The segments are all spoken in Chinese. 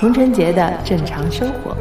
童晨杰的正常生活。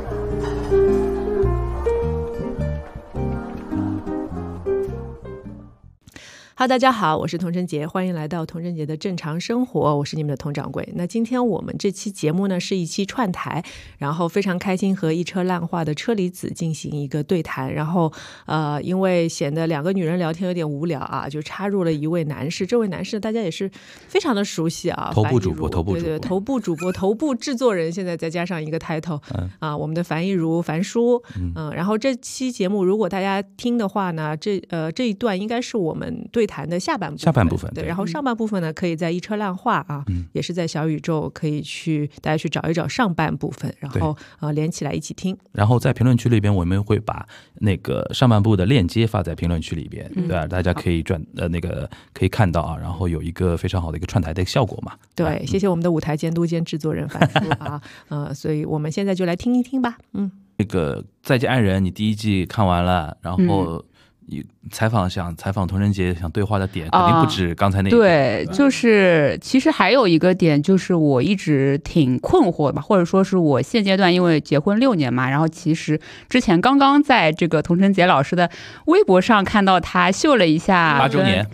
哈，大家好，我是童晨杰，欢迎来到童晨杰的正常生活，我是你们的童掌柜。那今天我们这期节目呢是一期串台，然后非常开心和一车烂话的车厘子进行一个对谈，然后因为显得两个女人聊天有点无聊啊，就插入了一位男士，这位男士大家也是非常的熟悉啊， 头部主播，头部主播，头部制作人，现在再加上一个 title 我们的樊一茹，樊叔，然后这期节目如果大家听的话呢，这一段应该是我们对谈的下半部分，对，然后上半部分呢可以在一车烂话啊，也是在小宇宙可以大家去找一找上半部分，然后连起来一起听。 然后在评论区里边我们会把那个上半部的链接发在评论区里边，对吧？大家可以可以看到啊，然后有一个非常好的一个串台的效果嘛。 对，谢谢我们的舞台监督兼制作人樊叔啊，所以我们现在就来听一听吧。 这个再见爱人你第一季看完了，然后想采访童晨杰想对话的点肯定不止刚才那一对，就是其实还有一个点，就是我一直挺困惑吧，或者说是我现阶段因为结婚6年嘛，然后其实之前刚刚在这个童晨杰老师的微博上看到他秀了一下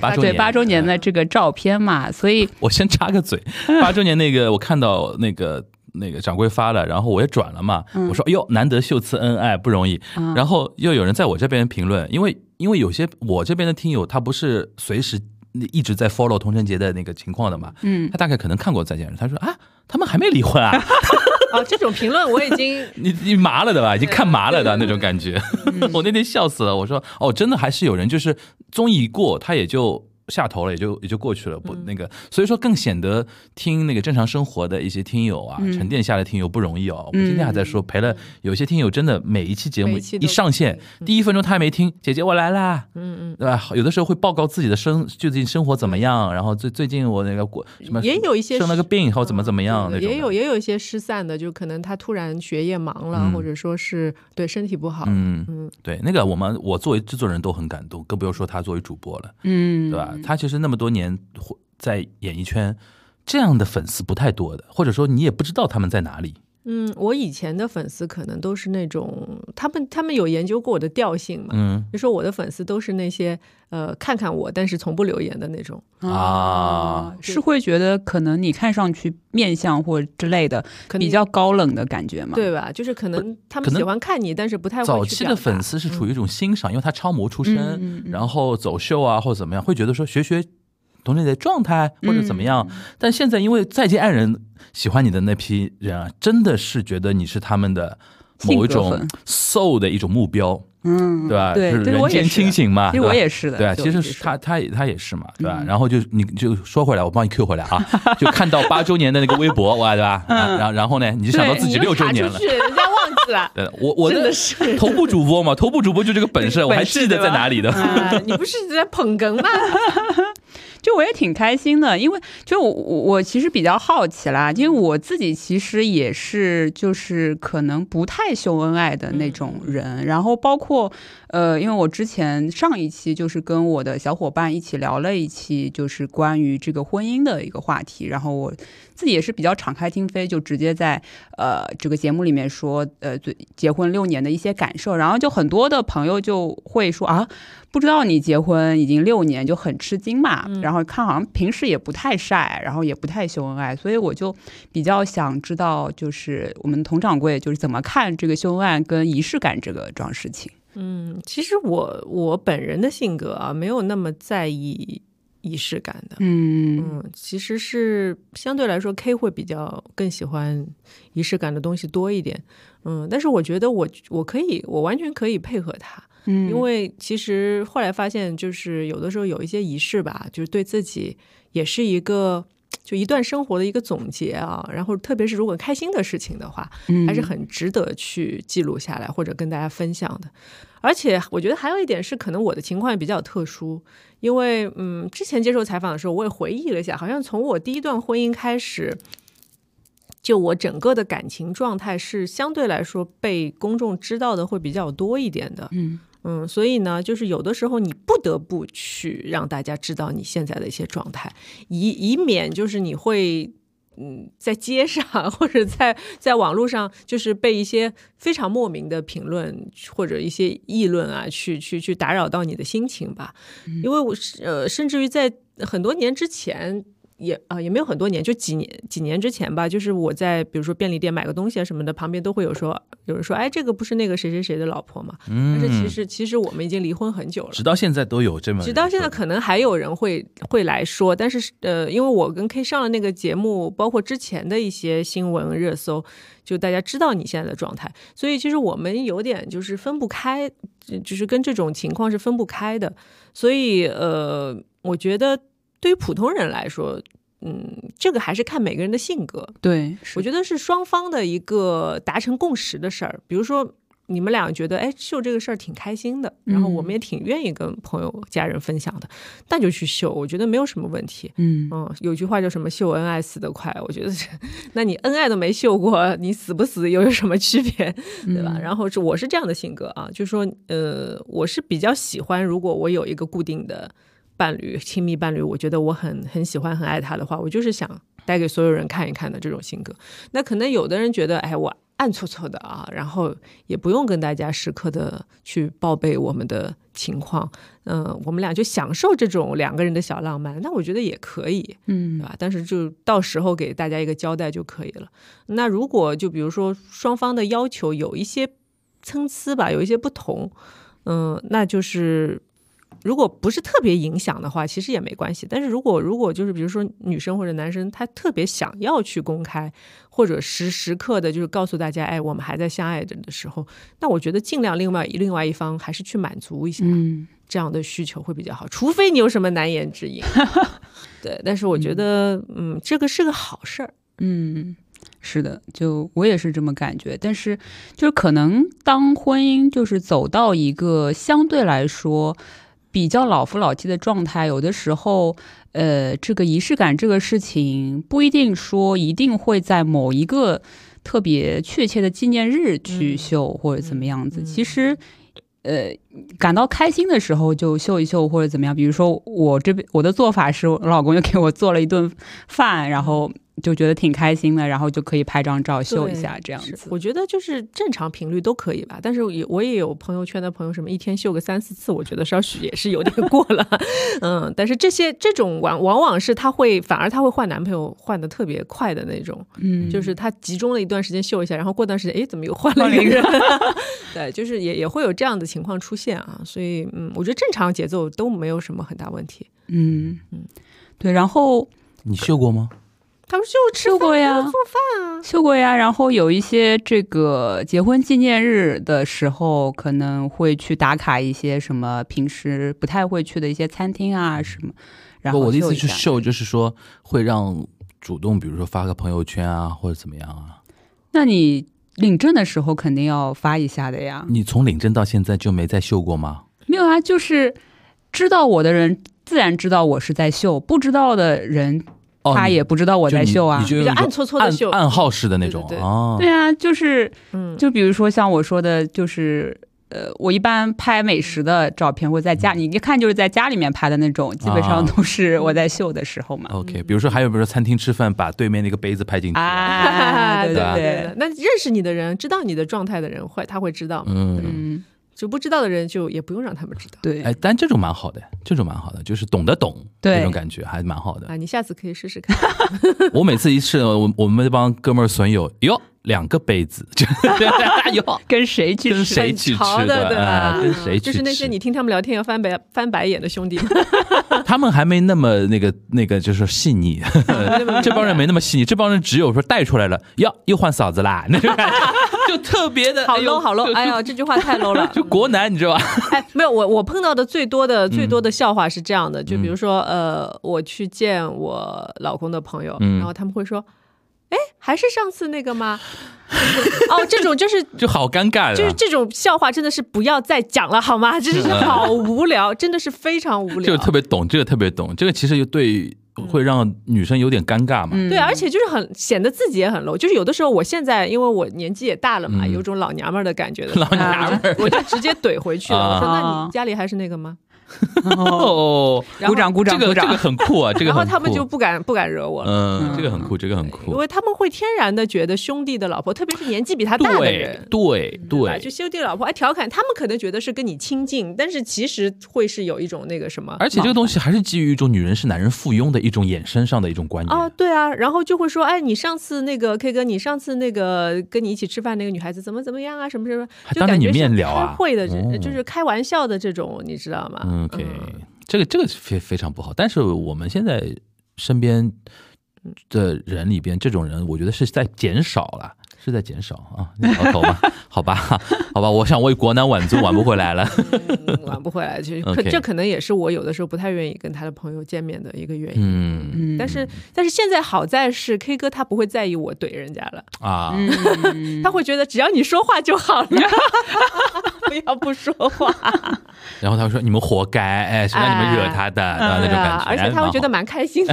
8周年的这个照片嘛，所以我先插个嘴，8周年那个我看到那个掌柜发了，然后我也转了嘛，我说哟，难得秀次恩爱不容易，然后又有人在我这边评论，因为有些我这边的听友他不是随时一直在 follow 童晨杰的那个情况的嘛，他大概可能看过再见人，他说啊，他们还没离婚啊这种评论我已经你麻了的吧，已经看麻了的那种感觉我那天笑死了，我说真的还是有人就是综艺一过他也就下头了，也就过去了，不那个，所以说更显得听那个正常生活的一些听友啊，沉淀下来听友不容易哦。我们今天还在说陪了有些听友真的每一期节目一上线第1分钟他还没听，姐姐我来啦，对吧？有的时候会报告自己的最近生活怎么样，然后最近我那个什么也有一些生了个病后怎么样那种， 也有一些失散的，就可能他突然学业忙了，或者说是对身体不好， 对，那个我作为制作人都很感动，更不用说他作为主播了，对吧？他其实那么多年在演艺圈，这样的粉丝不太多的，或者说你也不知道他们在哪里。 我以前的粉丝可能都是那种他们有研究过我的调性嘛，就说我的粉丝都是那些看看我但是从不留言的那种是会觉得可能你看上去面相或之类的比较高冷的感觉嘛， 对吧？就是可能他们喜欢看你，但是不太会去表达。 早期的粉丝是处于一种欣赏，因为他超模出身，然后走秀啊或者怎么样，会觉得说学童晨杰的状态或者怎么样，但现在因为再见爱人喜欢你的那批人啊，真的是觉得你是他们的某一种 soul 的一种目标，对吧？ 对， 就是人间清醒嘛， 其实我也是的， 对吧？其实他也是嘛，对吧？然后你就说回来，我帮你 Q 回来啊，就看到8周年的那个微博，哇，对吧？然后呢，你就想到自己6周年了， 人家忘记了。 对，我的头部主播嘛，头部主播就这个本事，我还记得在哪里的。 你不是一直在捧哏吗？ 就我也挺开心的，因为就我其实比较好奇啦，因为我自己其实也是就是可能不太秀恩爱的那种人，然后包括因为我之前上一期就是跟我的小伙伴一起聊了一期就是关于这个婚姻的一个话题，然后我自己也是比较敞开心扉，就直接在这个节目里面说结婚6年的一些感受，然后就很多的朋友就会说啊，不知道你结婚已经6年，就很吃惊嘛，然后看好像平时也不太晒，然后也不太秀恩爱，所以我就比较想知道就是我们童掌柜就是怎么看这个秀恩爱跟仪式感这桩事情。 其实我本人的性格啊，没有那么在意仪式感的，其实是相对来说 K 会比较更喜欢仪式感的东西多一点，但是我觉得我完全可以配合他，因为其实后来发现就是有的时候有一些仪式吧，就是对自己也是一个就一段生活的一个总结啊，然后特别是如果开心的事情的话，还是很值得去记录下来或者跟大家分享的。而且我觉得还有一点是可能我的情况也比较特殊，因为之前接受采访的时候我也回忆了一下，好像从我第一段婚姻开始，就我整个的感情状态是相对来说被公众知道的会比较多一点的，所以呢就是有的时候你不得不去让大家知道你现在的一些状态，以免就是你会在街上或者在网络上，就是被一些非常莫名的评论或者一些议论啊，去打扰到你的心情吧。因为我甚至于在很多年之前。也没有很多年，就几年之前吧，就是我在比如说便利店买个东西啊什么的，旁边都会有人说，哎，这个不是那个谁谁谁的老婆吗？但是其实我们已经离婚很久了， 直到现在都有这么， 直到现在可能还有人会来说，但是因为我跟 K 上了那个节目，包括之前的一些新闻热搜，就大家知道你现在的状态，所以其实我们有点就是分不开，就是跟这种情况是分不开的，所以我觉得。对于普通人来说，这个还是看每个人的性格。 对， 我觉得是双方的一个达成共识的事儿。比如说，你们俩觉得，哎，秀这个事儿挺开心的，然后我们也挺愿意跟朋友、家人分享的，那就去秀，我觉得没有什么问题。有句话叫什么"秀恩爱死得快"，我觉得那你恩爱都没秀过，你死不死又有什么区别，对吧？然后我是这样的性格啊，就是说，我是比较喜欢，如果我有一个固定的。伴侣亲密伴侣，我觉得我很喜欢很爱他的话，我就是想带给所有人看一看的这种性格。那可能有的人觉得，哎，我暗搓搓的啊，然后也不用跟大家时刻的去报备我们的情况，我们俩就享受这种两个人的小浪漫，那我觉得也可以，对吧？但是就到时候给大家一个交代就可以了。那如果就比如说双方的要求有一些参差吧，有一些不同，那就是。如果不是特别影响的话，其实也没关系。但是如果就是比如说女生或者男生，他特别想要去公开，或者时刻的就是告诉大家，哎，我们还在相爱着的时候，那我觉得尽量另外一方还是去满足一下这样的需求会比较好。除非你有什么难言之隐，对。但是我觉得，这个是个好事儿。 是的，就我也是这么感觉。但是就是可能当婚姻就是走到一个相对来说。比较老夫老妻的状态，有的时候这个仪式感这个事情不一定说一定会在某一个特别确切的纪念日去秀或者怎么样子，其实感到开心的时候就秀一秀或者怎么样。比如说我的做法是我老公又给我做了一顿饭，然后就觉得挺开心的，然后就可以拍张照秀一下这样子。 我觉得就是正常频率都可以吧，但是我也有朋友圈的朋友什么一天秀个3-4次，我觉得稍许也是有点过了。但是这种往往是反而他会换男朋友换的特别快的那种，就是他集中了一段时间秀一下，然后过段时间怎么又换了一个人。对，就是也会有这样的情况出现啊，所以我觉得正常节奏都没有什么很大问题。 对，然后你秀过吗？ 他们秀过呀， 做饭啊， 秀过呀。然后有一些这个结婚纪念日的时候，可能会去打卡一些什么平时不太会去的一些餐厅啊什么。然后我的意思是秀，就是说会让主动，比如说发个朋友圈啊，或者怎么样啊。 那你领证的时候肯定要发一下的呀。 你从领证到现在就没再秀过吗？ 没有啊，就是知道我的人自然知道我是在秀，不知道的人。他也不知道我在秀啊， 比较暗搓搓的秀， 暗号式的那种。 对啊，就是就比如说像我说的，就是我一般拍美食的照片，我在家，你一看就是在家里面拍的那种，基本上都是我在秀的时候嘛。 OK， 比如说餐厅吃饭，把对面那个杯子拍进去对。 那认识你的人，知道你的状态的人，他会知道。就不知道的人就也不用让他们知道。 对， 但这种蛮好的，就是懂得懂那种感觉还蛮好的。 你下次可以试试看。 我每次一试，我们这帮哥们儿损友2个杯子， 跟谁去吃的，对吧？ 跟谁去吃？ 就是那些你听他们聊天要翻白眼的兄弟。 他们还没那么那个就是细腻，这帮人没那么细腻，这帮人只有说带出来了，又换嫂子啦，那种感觉就特别的好 low 好 low。哎呀，这句话太 low 了。 就国男，你知道吧？ 没有，我碰到的最多的笑话是这样的，就比如说我去见我老公的朋友，然后他们会说。哎，还是上次那个吗？这种就好尴尬， 就是这种笑话真的是不要再讲了好吗？真的是好无聊，真的是非常无聊。 这个特别懂，这个其实会让女生有点尴尬嘛。 对，而且就是显得自己也很 low。就是有的时候，我现在因为我年纪也大了嘛，有种老娘们的感觉的， 老娘们我就直接怼回去了。我说：“那你家里还是那个吗？” 哦， 鼓掌鼓掌鼓掌， 这个很酷啊，这个很酷。 然后他们就不敢惹我了。 这个很酷，这个很酷， 因为他们会天然的觉得兄弟的老婆，特别是年纪比他大的人， 对， 就兄弟老婆调侃，他们可能觉得是跟你亲近，但是其实会是有一种那个什么， 而且这个东西还是基于一种女人是男人附庸的一种衍生上的一种观念对啊，然后就会说，哎，你上次那个 K 哥，你上次那个跟你一起吃饭那个女孩子怎么样啊，什么什么， 还当着你面聊啊， 开会的，就是开玩笑的这种，你知道吗 ？OK，这个非常不好，但是我们现在身边的人里边，这种人我觉得是在减少了。是在减少啊，你摇头吗？好吧，我想为国难挽尊，挽不回来了， 挽不回来。这可能也是我有的时候不太愿意跟他的朋友见面的一个原因。但是现在好在是 K 哥他不会在意我怼人家了啊，他会觉得只要你说话就好了，不要不说话。 然后他会说你们活该，谁让你们惹他的，那种感觉， 而且他会觉得蛮开心的。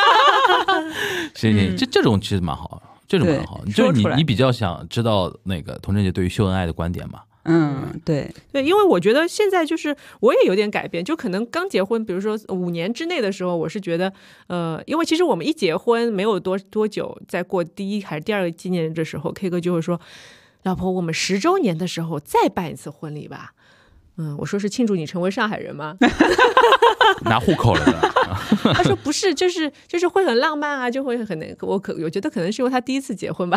行，这种其实蛮好。这种蛮好，就是你比较想知道那个童振杰对于秀恩爱的观点嘛？ 对， 因为我觉得现在就是我也有点改变，就可能刚结婚，比如说5年之内的时候，我是觉得因为其实我们一结婚没有多久，在过第1还是第2个纪念日的时候 K 哥就会说，老婆，我们10周年的时候再办一次婚礼吧。我说是庆祝你成为上海人吗？ 拿户口了的。 他说不是，就是会很浪漫啊，就会很我觉得可能是因为他第1次结婚吧。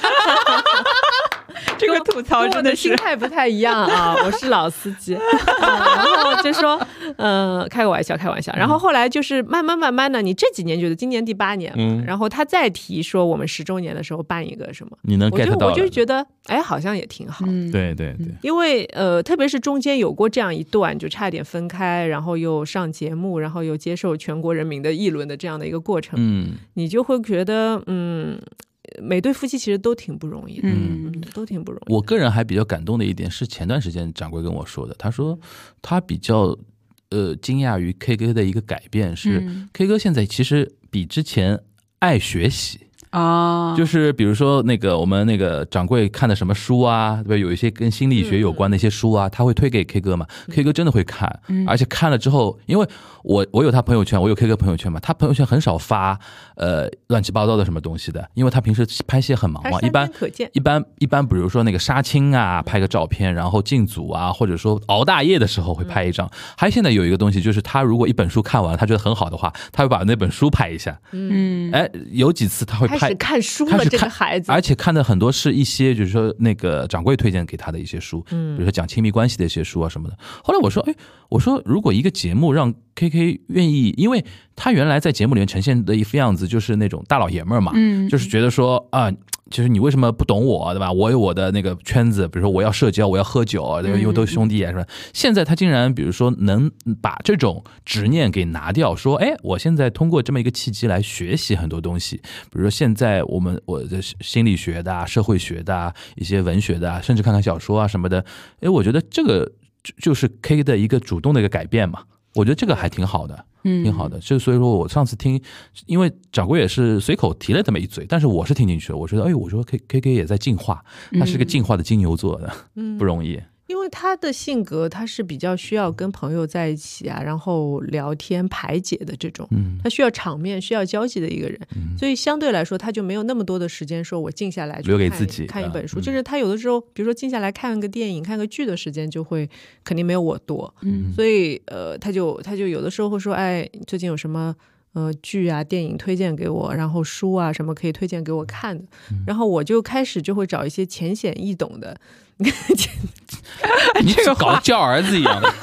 这个吐槽真的是心态不太一样啊，我是老司机，然后就说开个玩笑，然后后来就是慢慢的，你这几年觉得今年第8年嘛，然后他再提说我们10周年的时候办一个什么， 你能 get 到， 我就觉得好像也挺好， 对， 因为特别是中间有过这样一段就差点分开，然后又上节目，然后又接受全国人民的议论的这样的一个过程，你就会觉得每对夫妻其实都挺不容易的，都挺不容易。 我个人还比较感动的一点是前段时间掌柜跟我说的，他说他比较惊讶于 K 哥的一个改变是，K 哥现在其实比之前爱学习。就是比如说那个我们那个掌柜看的什么书啊，对吧？有一些跟心理学有关的一些书啊，他会推给 K 哥嘛。K 哥真的会看，而且看了之后，因为我有他朋友圈，我有 K 哥朋友圈嘛，他朋友圈很少发乱七八糟的什么东西的，因为他平时拍戏很忙嘛，一般比如说那个杀青啊，拍个照片，然后进组啊，或者说熬大夜的时候会拍一张。还现在有一个东西，就是他如果一本书看完，他觉得很好的话，他会把那本书拍一下。有几次他会开始看书了，这个孩子， 而且看的很多是一些就是说那个掌柜推荐给他的一些书，比如说讲亲密关系的一些书啊什么的。后来我说如果一个节目让 KK 愿意，因为他原来在节目里面呈现的一副样子就是那种大老爷们儿嘛，就是觉得说就是你为什么不懂我，对吧？我有我的那个圈子，比如说我要社交，我要喝酒，因为都兄弟是吧？现在他竟然比如说能把这种执念给拿掉，说我现在通过这么一个契机来学习很多东西，比如说现在我的心理学的、社会学的、一些文学的，甚至看看小说啊什么的，我觉得这个就是 K 的一个主动的一个改变嘛。我觉得这个还挺好的，挺好的。所以说我上次听，因为掌柜也是随口提了这么一嘴，但是我是听进去了。我觉得，我说 KK 也在进化，他是个进化的金牛座的，不容易。 因为他的性格，他是比较需要跟朋友在一起啊，然后聊天排解的这种，他需要场面、需要交际的一个人，所以相对来说，他就没有那么多的时间说我静下来留给自己看一本书，就是他有的时候，比如说静下来看个电影、看个剧的时间，就会肯定没有我多，所以他就有的时候会说，最近有什么剧啊电影推荐给我，然后书啊什么可以推荐给我看的，然后我就开始就会找一些浅显易懂的。 你这个搞教儿子一样的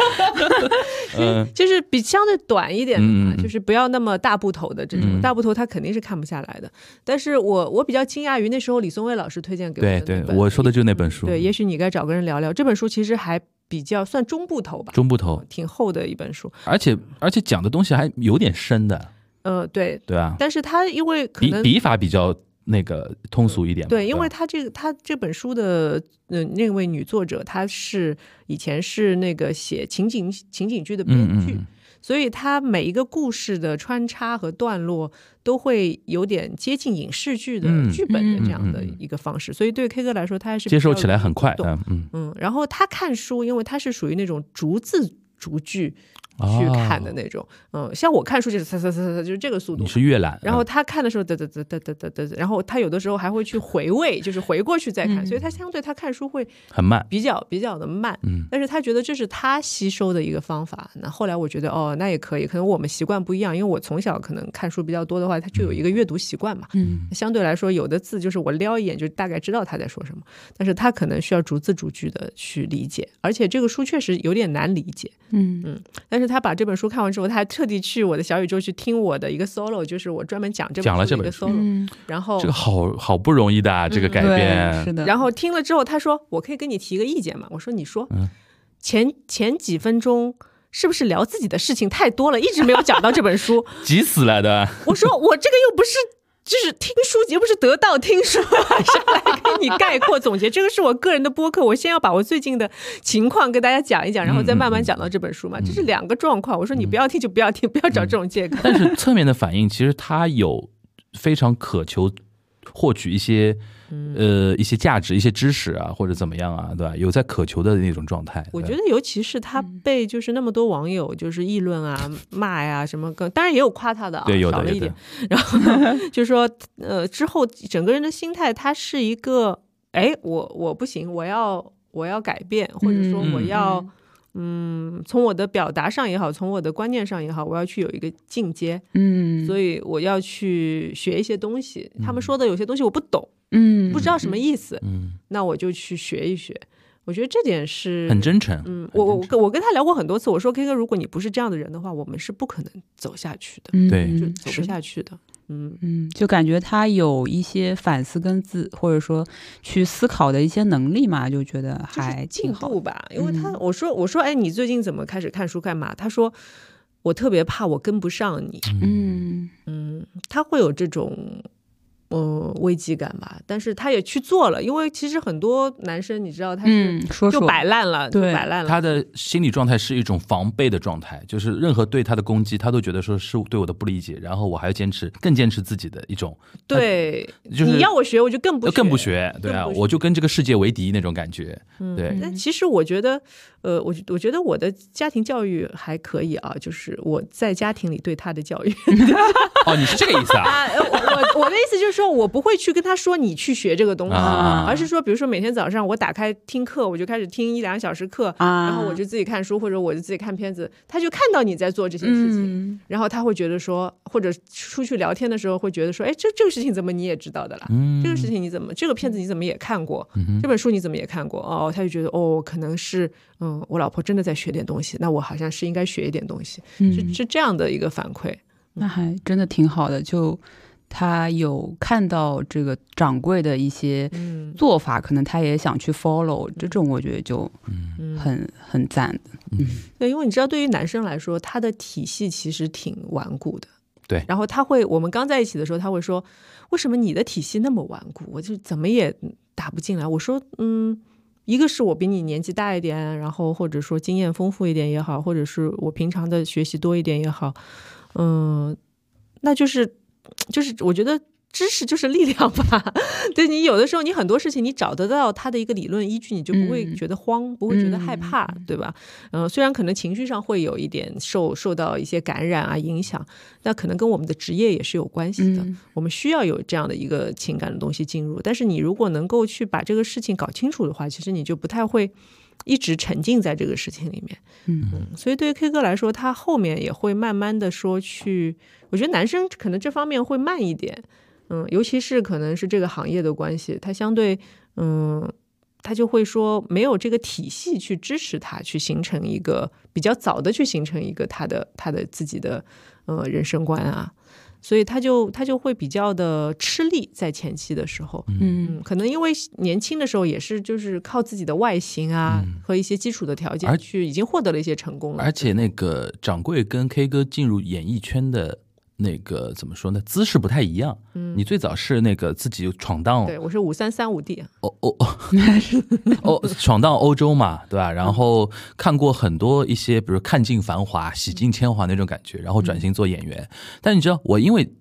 就是比相对短一点的嘛，就是不要那么大部头的这种，大部头他肯定是看不下来的。但是我比较惊讶于那时候李松蔚老师推荐给我的， 对，我说的就是那本书。 对，也许你该找个人聊聊这本书，其实还比较算中部头吧， 中部头挺厚的一本书， 而且讲的东西还有点深的。 对啊， 但是他因为可能笔法比较那个通俗一点， 对，因为他这本书的那位女作者，她以前是那个写情景剧的编剧，所以他每一个故事的穿插和段落都会有点接近影视剧的剧本的这样的一个方式，所以对 K 哥来说，他还是接受起来很快。 然后他看书，因为他是属于那种逐字逐句去看的那种，像我看书就是就是这个速度， 你是阅览， 然后他看的时候然后他有的时候还会去回味，就是回过去再看，所以他相对他看书会很慢， 比较的慢，但是他觉得这是他吸收的一个方法。那后来我觉得那也可以，可能我们习惯不一样，因为我从小可能看书比较多的话，他就有一个阅读习惯嘛，相对来说有的字就是我撩一眼就大概知道他在说什么，但是他可能需要逐字逐句的去理解，而且这个书确实有点难理解，但是他把这本书看完之后，他还特地去我的小宇宙去听我的一个 solo， 就是我专门讲这本书的一个 solo，然后这个好不容易的啊，这个改编， 是的。 然后听了之后，他说我可以跟你提一个意见嘛？我说你说，前几分钟是不是聊自己的事情太多了，一直没有讲到这本书， 急死了的。 我说我这个又不是。就是听书节不是得到听书上来给你概括总结，这个是我个人的播客，我先要把我最近的情况跟大家讲一讲，然后再慢慢讲到这本书嘛，这是两个状况。我说你不要听就不要听，不要找这种借口。 但是侧面的反应其实他有非常渴求获取一些价值、一些知识啊，或者怎么样啊，对吧？有在渴求的那种状态。 我觉得尤其是他被就是那么多网友就是议论啊、骂呀什么，当然也有夸他的啊， 对， 少了一点。然后就说之后整个人的心态，他是一个我不行，我要改变，或者说我要从我的表达上也好，从我的观念上也好，我要去有一个进阶，所以我要去学一些东西。他们说的有些东西我不懂，不知道什么意思，那我就去学一学。我觉得这点是很真诚。 我跟他聊过很多次，我说 K 哥，如果你不是这样的人的话，我们是不可能走下去的， 对， 就走不下去的。 就感觉他有一些反思跟或者说去思考的一些能力嘛，就觉得还进步吧。因为我说哎，你最近怎么开始看书干嘛？他说我特别怕我跟不上你。他会有这种危机感吧，但是他也去做了，因为其实很多男生你知道他是就摆烂了， 对， 摆烂了。 他的心理状态是一种防备的状态，就是任何对他的攻击，他都觉得说是对我的不理解，然后我还要更坚持自己的一种。 对， 就是你要我学，我就更不学， 对啊，我就跟这个世界为敌那种感觉。对， 但其实我觉得，我觉得我的家庭教育还可以啊，就是我在家庭里对他的教育。 哦，你是这个意思啊？ 我的意思就是说，我不会去跟他说你去学这个东西，而是说，比如说每天早上我打开听课，我就开始听1-2小时课，然后我就自己看书，或者我就自己看片子，他就看到你在做这些事情，然后他会觉得说，或者出去聊天的时候会觉得说，哎，这个事情怎么你也知道的啦？这个事情你怎么，这个片子你怎么也看过？这本书你怎么也看过？哦，他就觉得可能是我老婆真的在学点东西，那我好像是应该学一点东西，是这样的一个反馈。 那还真的挺好的，就他有看到这个掌柜的一些做法，可能他也想去 follow，这种我觉得就很赞的。 对，因为你知道，对于男生来说，他的体系其实挺顽固的。 对， 然后我们刚在一起的时候，他会说，为什么你的体系那么顽固，我就怎么也打不进来。我说一个是我比你年纪大一点，然后或者说经验丰富一点也好，或者是我平常的学习多一点也好，那就是我觉得知识就是力量吧。对，你有的时候你很多事情你找得到它的一个理论依据，你就不会觉得慌，不会觉得害怕，对吧？虽然可能情绪上会有一点受到一些感染啊影响，那可能跟我们的职业也是有关系的，我们需要有这样的一个情感的东西进入。但是你如果能够去把这个事情搞清楚的话，其实你就不太会一直沉浸在这个事情里面。所以对于 K 哥来说，他后面也会慢慢的说去，我觉得男生可能这方面会慢一点，尤其是可能是这个行业的关系，他相对他就会说没有这个体系去支持他去形成一个比较早的去形成一个他的自己的人生观啊，所以他就会比较的吃力在前期的时候。可能因为年轻的时候也是就是靠自己的外形啊和一些基础的条件去已经获得了一些成功了。 而且那个掌柜跟 K 哥进入演艺圈的那个怎么说呢，姿势不太一样。你最早是那个自己闯荡， 对，我是5335D 闯荡欧洲嘛，对吧？然后看过很多一些比如看尽繁华洗尽铅华那种感觉，然后转型做演员。但你知道我因为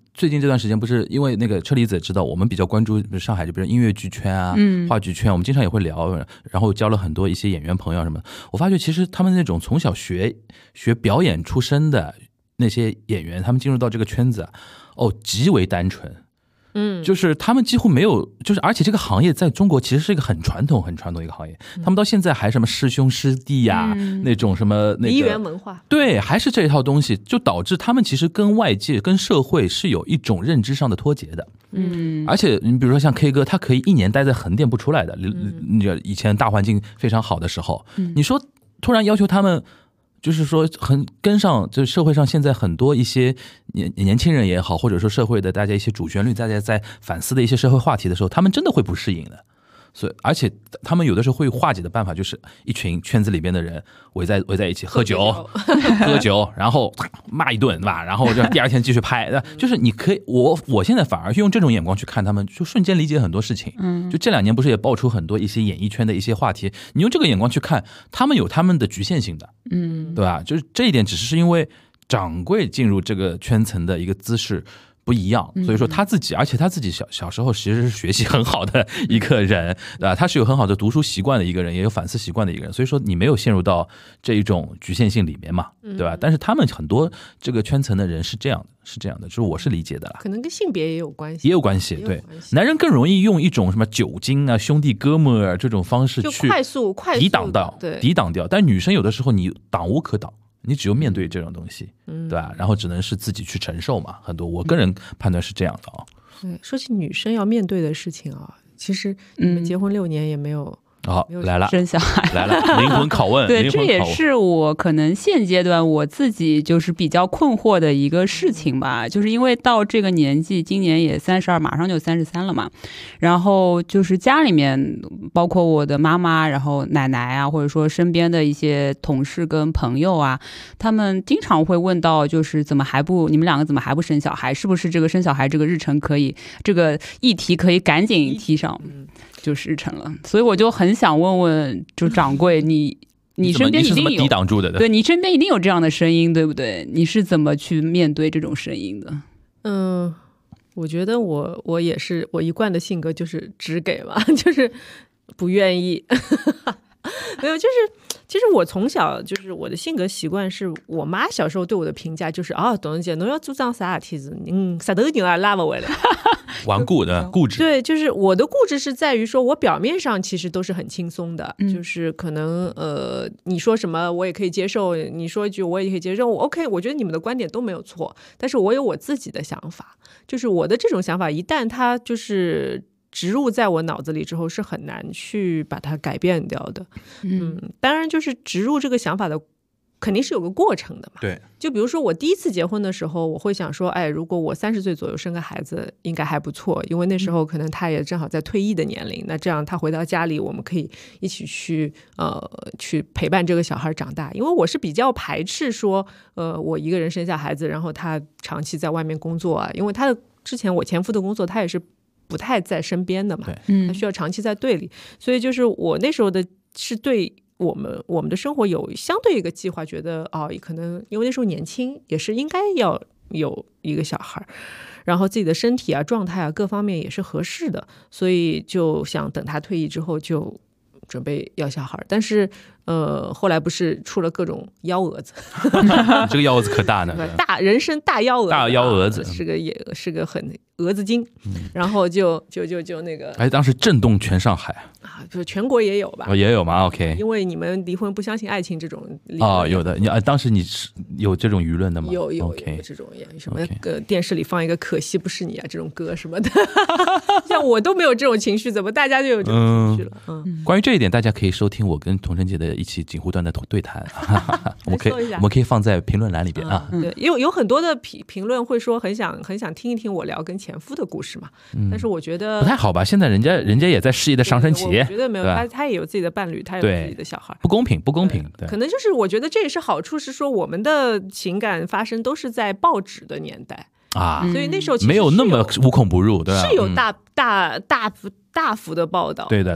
最近这段时间不是因为那个车厘子知道我们比较关注上海这边音乐剧圈啊、话剧圈，我们经常也会聊，然后交了很多一些演员朋友什么。我发觉其实他们那种从小学表演出身的那些演员，他们进入到这个圈子极为单纯。就是他们几乎没有，就是而且这个行业在中国其实是一个很传统的一个行业，他们到现在还什么师兄师弟呀，那种什么那个梨园文化， 对，还是这一套东西，就导致他们其实跟外界跟社会是有一种认知上的脱节的。而且你比如说像 K 歌，他可以1年待在横店不出来的，以前大环境非常好的时候，你说突然要求他们。就是说很跟上，就是社会上现在很多一些年轻人也好，或者说社会的大家一些主旋律，大家在反思的一些社会话题的时候，他们真的会不适应的。所以，而且他们有的时候会化解的办法，就是一群圈子里边的人围在一起喝酒，然后骂一顿，对吧？然后就第二天继续拍。就是你可以，我现在反而用这种眼光去看他们，就瞬间理解很多事情。就这2年不是也爆出很多一些演艺圈的一些话题，你用这个眼光去看，他们有他们的局限性的，对吧？就是这一点，只是因为掌柜进入这个圈层的一个姿势不一样，所以说他自己，而且他自己小时候其实是学习很好的一个人，对吧？他是有很好的读书习惯的一个人，也有反思习惯的一个人，所以说你没有陷入到这一种局限性里面嘛，对吧？但是他们很多这个圈层的人是这样的，就是我是理解的啦， 可能跟性别也有关系， 也有关系，对，男人更容易用一种什么酒精啊、兄弟哥们儿这种方式去快速抵挡掉，但女生有的时候你挡无可挡。你只有面对这种东西，对吧？然后只能是自己去承受嘛。很多我个人判断是这样的啊。 对，说起女生要面对的事情啊，其实你们结婚6年也没有。 来了， 生小孩来了，灵魂拷问。 对，这也是我可能现阶段我自己就是比较困惑的一个事情吧，就是因为到这个年纪，今年也32，马上就33了嘛。然后就是家里面，包括我的妈妈，然后奶奶啊，或者说身边的一些同事跟朋友啊，他们经常会问到，就是你们2个怎么还不生小孩？是不是这个生小孩这个日程这个议题可以赶紧提上？就是日程了，所以我就很想问问，就掌柜，你身边一定有抵挡住的， 对，你身边一定有这样的声音，对不对？你是怎么去面对这种声音的？ 我觉得我也是，我一贯的性格就是只给嘛，就是不愿意。没有，就是其实我从小就是我的性格习惯是我妈小时候对我的评价就是董小姐侬要做桩啥事体是石头牛也拉不回来。 顽固的固执， 对，就是我的固执是在于说我表面上其实都是很轻松的，就是可能你说什么我也可以接受，你说一句我也可以接受，我 OK， 我觉得你们的观点都没有错，但是我有我自己的想法，就是我的这种想法一旦它就是植入在我脑子里之后是很难去把它改变掉的。当然就是植入这个想法的肯定是有个过程的嘛。 对， 就比如说我第一次结婚的时候，我会想说，如果我30岁左右生个孩子，应该还不错，因为那时候可能他也正好在退役的年龄，那这样他回到家里，我们可以一起去陪伴这个小孩长大。因为我是比较排斥说，我一个人生下孩子，然后他长期在外面工作啊，因为之前我前夫的工作，他也是不太在身边的嘛，他需要长期在队里，所以就是我那时候的是对我们的生活有相对一个计划，觉得可能因为那时候年轻，也是应该要有一个小孩，然后自己的身体啊、状态啊各方面也是合适的，所以就想等他退役之后就准备要小孩。但是后来不是出了各种幺蛾子， 这个幺蛾子可大呢， 人生大幺蛾子， 是个很蛾子精，然后就那个， 当时震动全上海啊，就全国也有吧？ 也有吗 ？OK， 因为你们离婚不相信爱情这种有的，当时你是有这种舆论的吗？ 有这种什么电视里放一个可惜不是你啊这种歌什么的，像我都没有这种情绪，怎么大家就有这种情绪了？ 关于这一点，大家可以收听我跟童晨姐的一起锦湖端的对谈，我们可以放在评论栏里边啊。 对，有很多的评论会说很想听一听我聊跟前夫的故事嘛，但是我觉得不太好吧？现在人家也在事业的上升期， 我觉得没有，他也有自己的伴侣，他有自己的小孩， 不公平。对， 可能就是我觉得这也是好处，是说我们的情感发生都是在报纸的年代啊，所以那时候其实没有那么无孔不入，对吧？ 是有大幅的报道， 对的，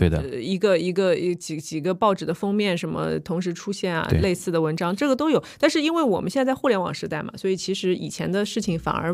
几个报纸的封面什么同时出现啊，类似的文章，这个都有。但是因为我们现在在互联网时代嘛，所以其实以前的事情反而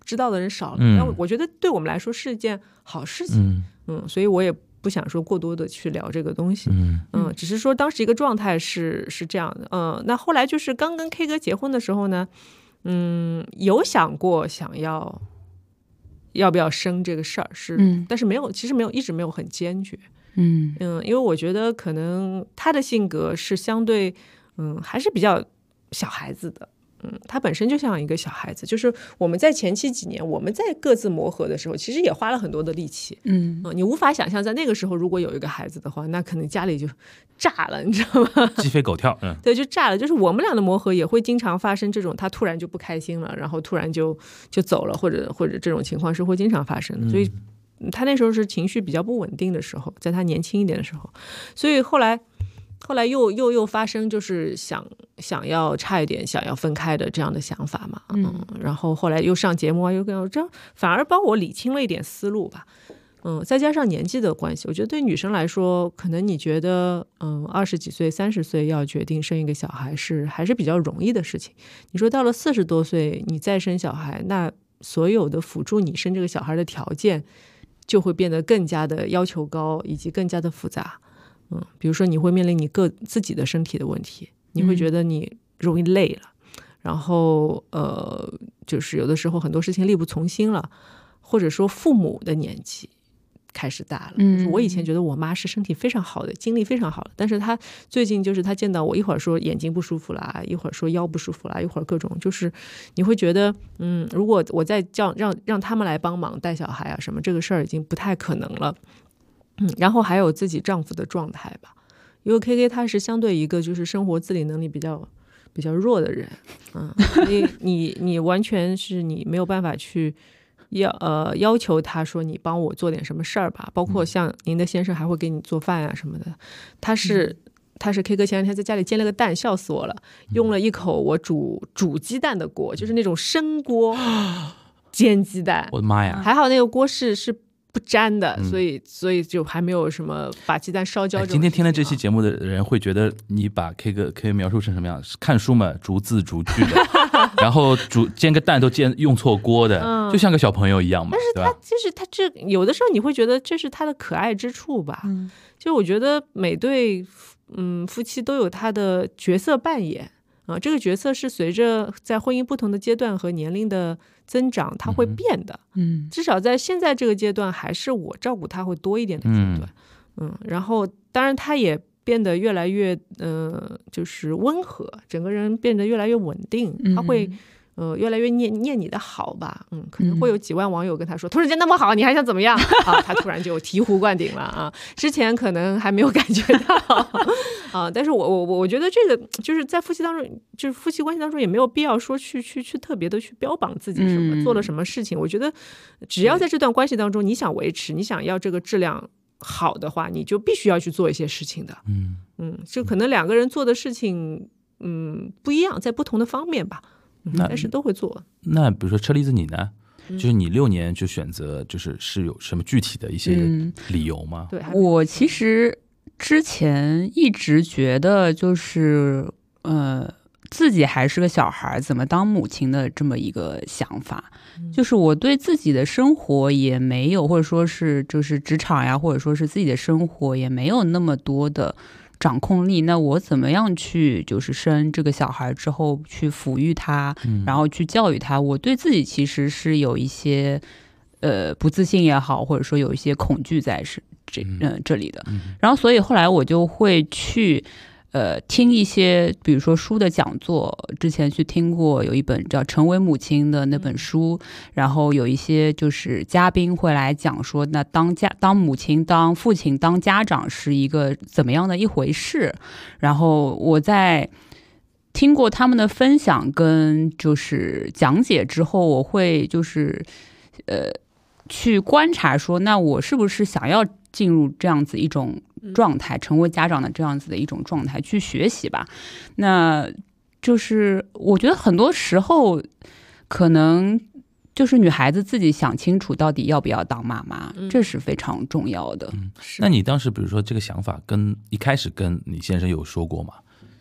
知道的人少了，但我觉得对我们来说是一件好事情，所以我也不想说过多的去聊这个东西，只是说当时一个状态是这样的，那后来就是刚跟 K 哥结婚的时候呢，有想过想要不要生这个事儿，但是其实一直没有很坚决，因为我觉得可能他的性格是相对还是比较小孩子的。他本身就像一个小孩子，就是我们在前期几年我们在各自磨合的时候，其实也花了很多的力气，你无法想象在那个时候如果有一个孩子的话，那可能家里就炸了，你知道吗？ 鸡飞狗跳， 对，就炸了。就是我们俩的磨合也会经常发生这种，他突然就不开心了，然后突然就走了，或者这种情况是会经常发生的，所以他那时候是情绪比较不稳定的时候，在他年轻一点的时候，所以后来又发生就是想要差一点想要分开的这样的想法嘛，然后后来又上节目啊，又跟我这样，反而帮我理清了一点思路吧，再加上年纪的关系，我觉得对女生来说，可能你觉得20几岁30岁要决定生一个小孩还是比较容易的事情，你说到了40多岁你再生小孩，那所有的辅助你生这个小孩的条件就会变得更加的要求高，以及更加的复杂。比如说你会面临你自己的身体的问题，你会觉得你容易累了，然后就是有的时候很多事情力不从心了，或者说父母的年纪开始大了，就是我以前觉得我妈是身体非常好的，精力非常好的，但是她最近就是她见到我一会儿说眼睛不舒服啦，一会儿说腰不舒服啦，一会儿各种，就是你会觉得如果我再让他们来帮忙带小孩啊什么，这个事儿已经不太可能了。然后还有自己丈夫的状态吧，因为 KK 他是相对一个就是生活自理能力比较弱的人，所以你完全是你没有办法去要求他说你帮我做点什么事儿吧，包括像您的先生还会给你做饭啊什么的，他是 K 哥前两天在家里煎了个蛋，笑死我了，用了一口我煮鸡蛋的锅，就是那种生锅煎鸡蛋， 我的妈呀， 还好那个锅是不粘的，所以就还没有什么把鸡蛋烧焦。 今天听了这期节目的人会觉得你把 K 描述成什么样？看书嘛，逐字逐句的，然后煎个蛋都用错锅的，就像个小朋友一样嘛。 但是他这有的时候你会觉得这是他的可爱之处吧？就我觉得每对夫妻都有他的角色扮演啊，这个角色是随着在婚姻不同的阶段和年龄的增长，它会变的。至少在现在这个阶段，还是我照顾他会多一点的阶段。然后当然他也变得越来越就是温和，整个人变得越来越稳定，他会越来越念你的好吧，可能会有几万网友跟他说，突然间那么好，你还想怎么样啊？他突然就醍醐灌顶了啊！之前可能还没有感觉到啊，但是我觉得这个就是在夫妻当中，就是夫妻关系当中也没有必要说去特别的去标榜自己什么做了什么事情。我觉得只要在这段关系当中，你想维持，你想要这个质量好的话，你就必须要去做一些事情的。就可能两个人做的事情不一样，在不同的方面吧。但是都会做。那比如说车厘子你呢？就是你6年就选择是有什么具体的一些理由吗？ 对，我其实之前一直觉得就是自己还是个小孩，怎么当母亲的这么一个想法，就是我对自己的生活也没有，或者说是就是职场呀，或者说是自己的生活也没有那么多的掌控力，那我怎么样去就是生这个小孩之后去抚育他，然后去教育他，我对自己其实是有一些不自信也好，或者说有一些恐惧在这里的。然后所以后来我就会去听一些比如说书的讲座，之前去听过有一本叫《成为母亲》的那本书，然后有一些就是嘉宾会来讲说，那当母亲、当父亲、当家长是一个怎么样的一回事。然后我在听过他们的分享跟就是讲解之后，我会就是去观察说，那我是不是想要进入这样子一种状态，成为家长的这样子的一种状态去学习吧。那就是我觉得很多时候可能就是女孩子自己想清楚到底要不要当妈妈，这是非常重要的。 那你当时比如说这个想法一开始跟你先生有说过吗？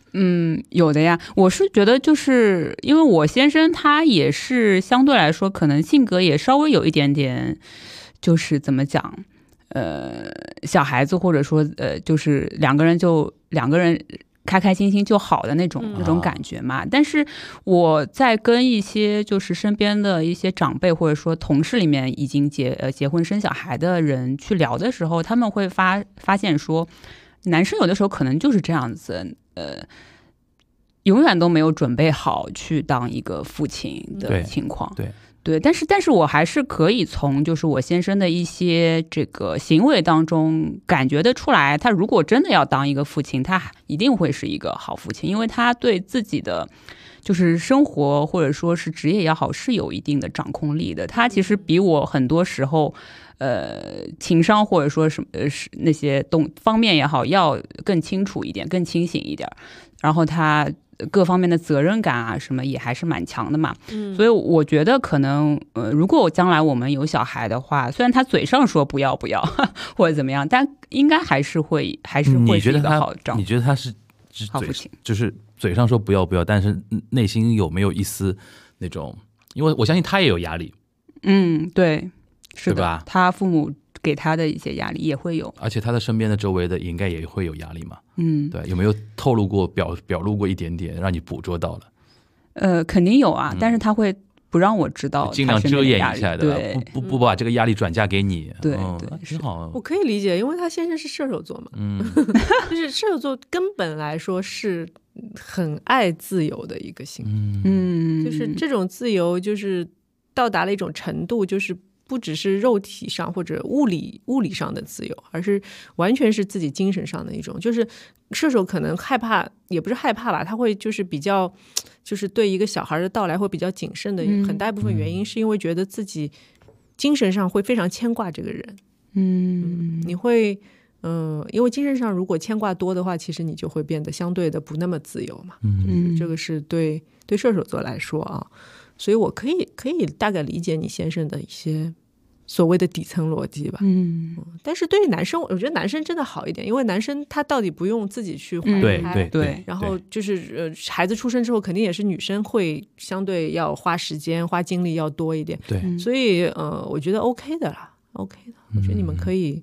有的呀。我是觉得就是因为我先生他也是相对来说可能性格也稍微有一点点，就是怎么讲，小孩子或者说就是两个人开开心心就好的那种感觉嘛。但是我在跟一些就是身边的一些长辈或者说同事里面已经结婚生小孩的人去聊的时候，他们会发现说，男生有的时候可能就是这样子，永远都没有准备好去当一个父亲的情况。对，但是我还是可以从就是我先生的一些这个行为当中感觉得出来，他如果真的要当一个父亲，他一定会是一个好父亲，因为他对自己的就是生活或者说是职业也好是有一定的掌控力的。他其实比我很多时候情商或者说什么那些方面也好要更清楚一点，更清醒一点，然后他各方面的责任感啊什么也还是蛮强的嘛。所以我觉得可能如果将来我们有小孩的话，虽然他嘴上说不要或者怎么样，但应该还是会是一个好丈夫。 你觉得他是好父亲， 就是嘴上说不要，但是内心有没有一丝那种，因为我相信他也有压力。 对，是的， 对吧？ 他父母给他的一些压力也会有， 而且他的身边的周围的应该也会有压力嘛。对，有没有透露过表露过一点点，让你捕捉到了？ 肯定有啊，但是他会不让我知道， 尽量遮掩一下的， 对， 不把这个压力转嫁给你。 对， 挺好。 我可以理解，因为他先生是射手座嘛，就是射手座根本来说是很爱自由的一个性格，就是这种自由就是到达了一种程度，就是不只是肉体上或者物理上的自由，而是完全是自己精神上的一种。就是射手可能害怕，也不是害怕吧，他会就是比较，就是对一个小孩的到来会比较谨慎的，很大一部分原因是因为觉得自己精神上会非常牵挂这个人。你会因为精神上如果牵挂多的话，其实你就会变得相对的不那么自由嘛。这个是对射手座来说啊。所以我可以大概理解你先生的一些所谓的底层逻辑吧。但是对于男生，我觉得男生真的好一点，因为男生他到底不用自己去怀胎， 对， 然后就是孩子出生之后肯定也是女生会相对要花时间花精力要多一点。 对， 所以我觉得 OK 的啦 OK 的，我觉得你们可以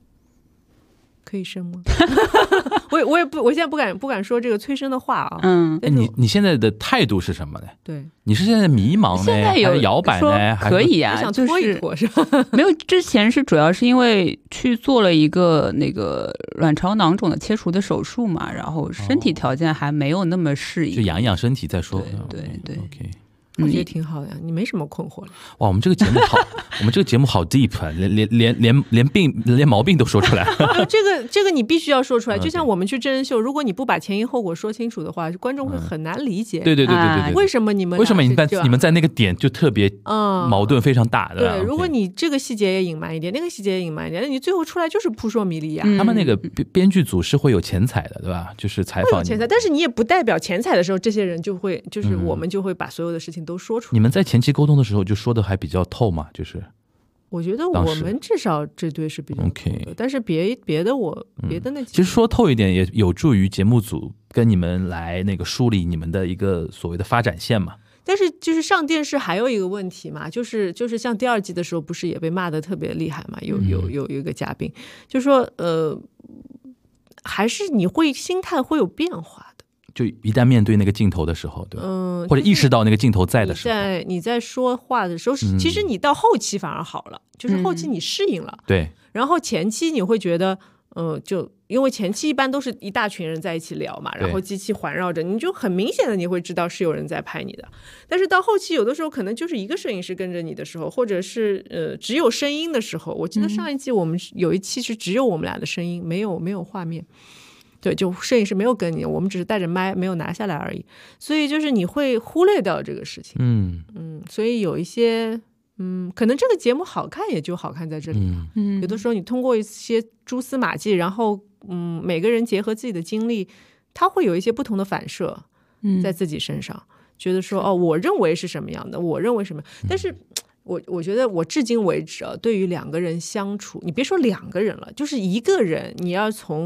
生吗？我现在不敢说这个催生的话啊。 你现在的态度是什么呢？ 对， 你是现在迷茫呢，还是摇摆呢？ 可以啊， 想拖一拖是吧？ 没有，之前是主要是因为去做了一个那个卵巢囊肿的切除的手术嘛，然后身体条件还没有那么适应， 就养一养身体再说。 对 OK。 我觉得挺好的呀，你没什么困惑了。 哇，我们这个节目好，我们这个节目好 deep 啊，连毛病都说出来了。 这个你必须要说出来。就像我们去真人秀，如果你不把前因后果说清楚的话，观众会很难理解。 对， 为什么你们在那个点就特别矛盾非常大的？ 对，如果你这个细节也隐瞒一点，那个细节也隐瞒一点，那你最后出来就是扑朔迷离呀。 他们那个编剧组是会有前采的，对吧？就是采访前采，但是你也不代表前采的时候，这些人就是我们就会把所有的事情都说出来。 你们在前期沟通的时候就说的还比较透嘛？就是我觉得我们至少这对是比较 OK， 但是别的那其实说透一点也有助于节目组跟你们来那个梳理你们的一个所谓的发展线嘛。 但是就是上电视还有一个问题嘛，就是像第2季的时候不是也被骂得特别厉害嘛？有一个嘉宾就说还是你会心态会有变化。 就一旦面对那个镜头的时候，对吧？或者意识到那个镜头在的时候， 你在说话的时候，其实你到后期反而好了，就是后期你适应了。 对。 然后前期你会觉得，就因为前期一般都是一大群人在一起聊嘛，然后机器环绕着，你就很明显的你会知道是有人在拍你的。但是到后期有的时候可能就是一个摄影师跟着你的时候，或者是只有声音的时候，我记得上一季我们有一期是只有我们俩的声音，没有画面。对，就摄影师没有跟你，我们只是带着麦没有拿下来而已，所以就是你会忽略掉这个事情。所以有一些可能这个节目好看也就好看在这里了。有的时候你通过一些蛛丝马迹，然后每个人结合自己的经历，他会有一些不同的反射在自己身上，觉得说我认为是什么样的，我认为什么，但是我觉得我至今为止对于2个人相处，你别说2个人了，就是一个人，你要从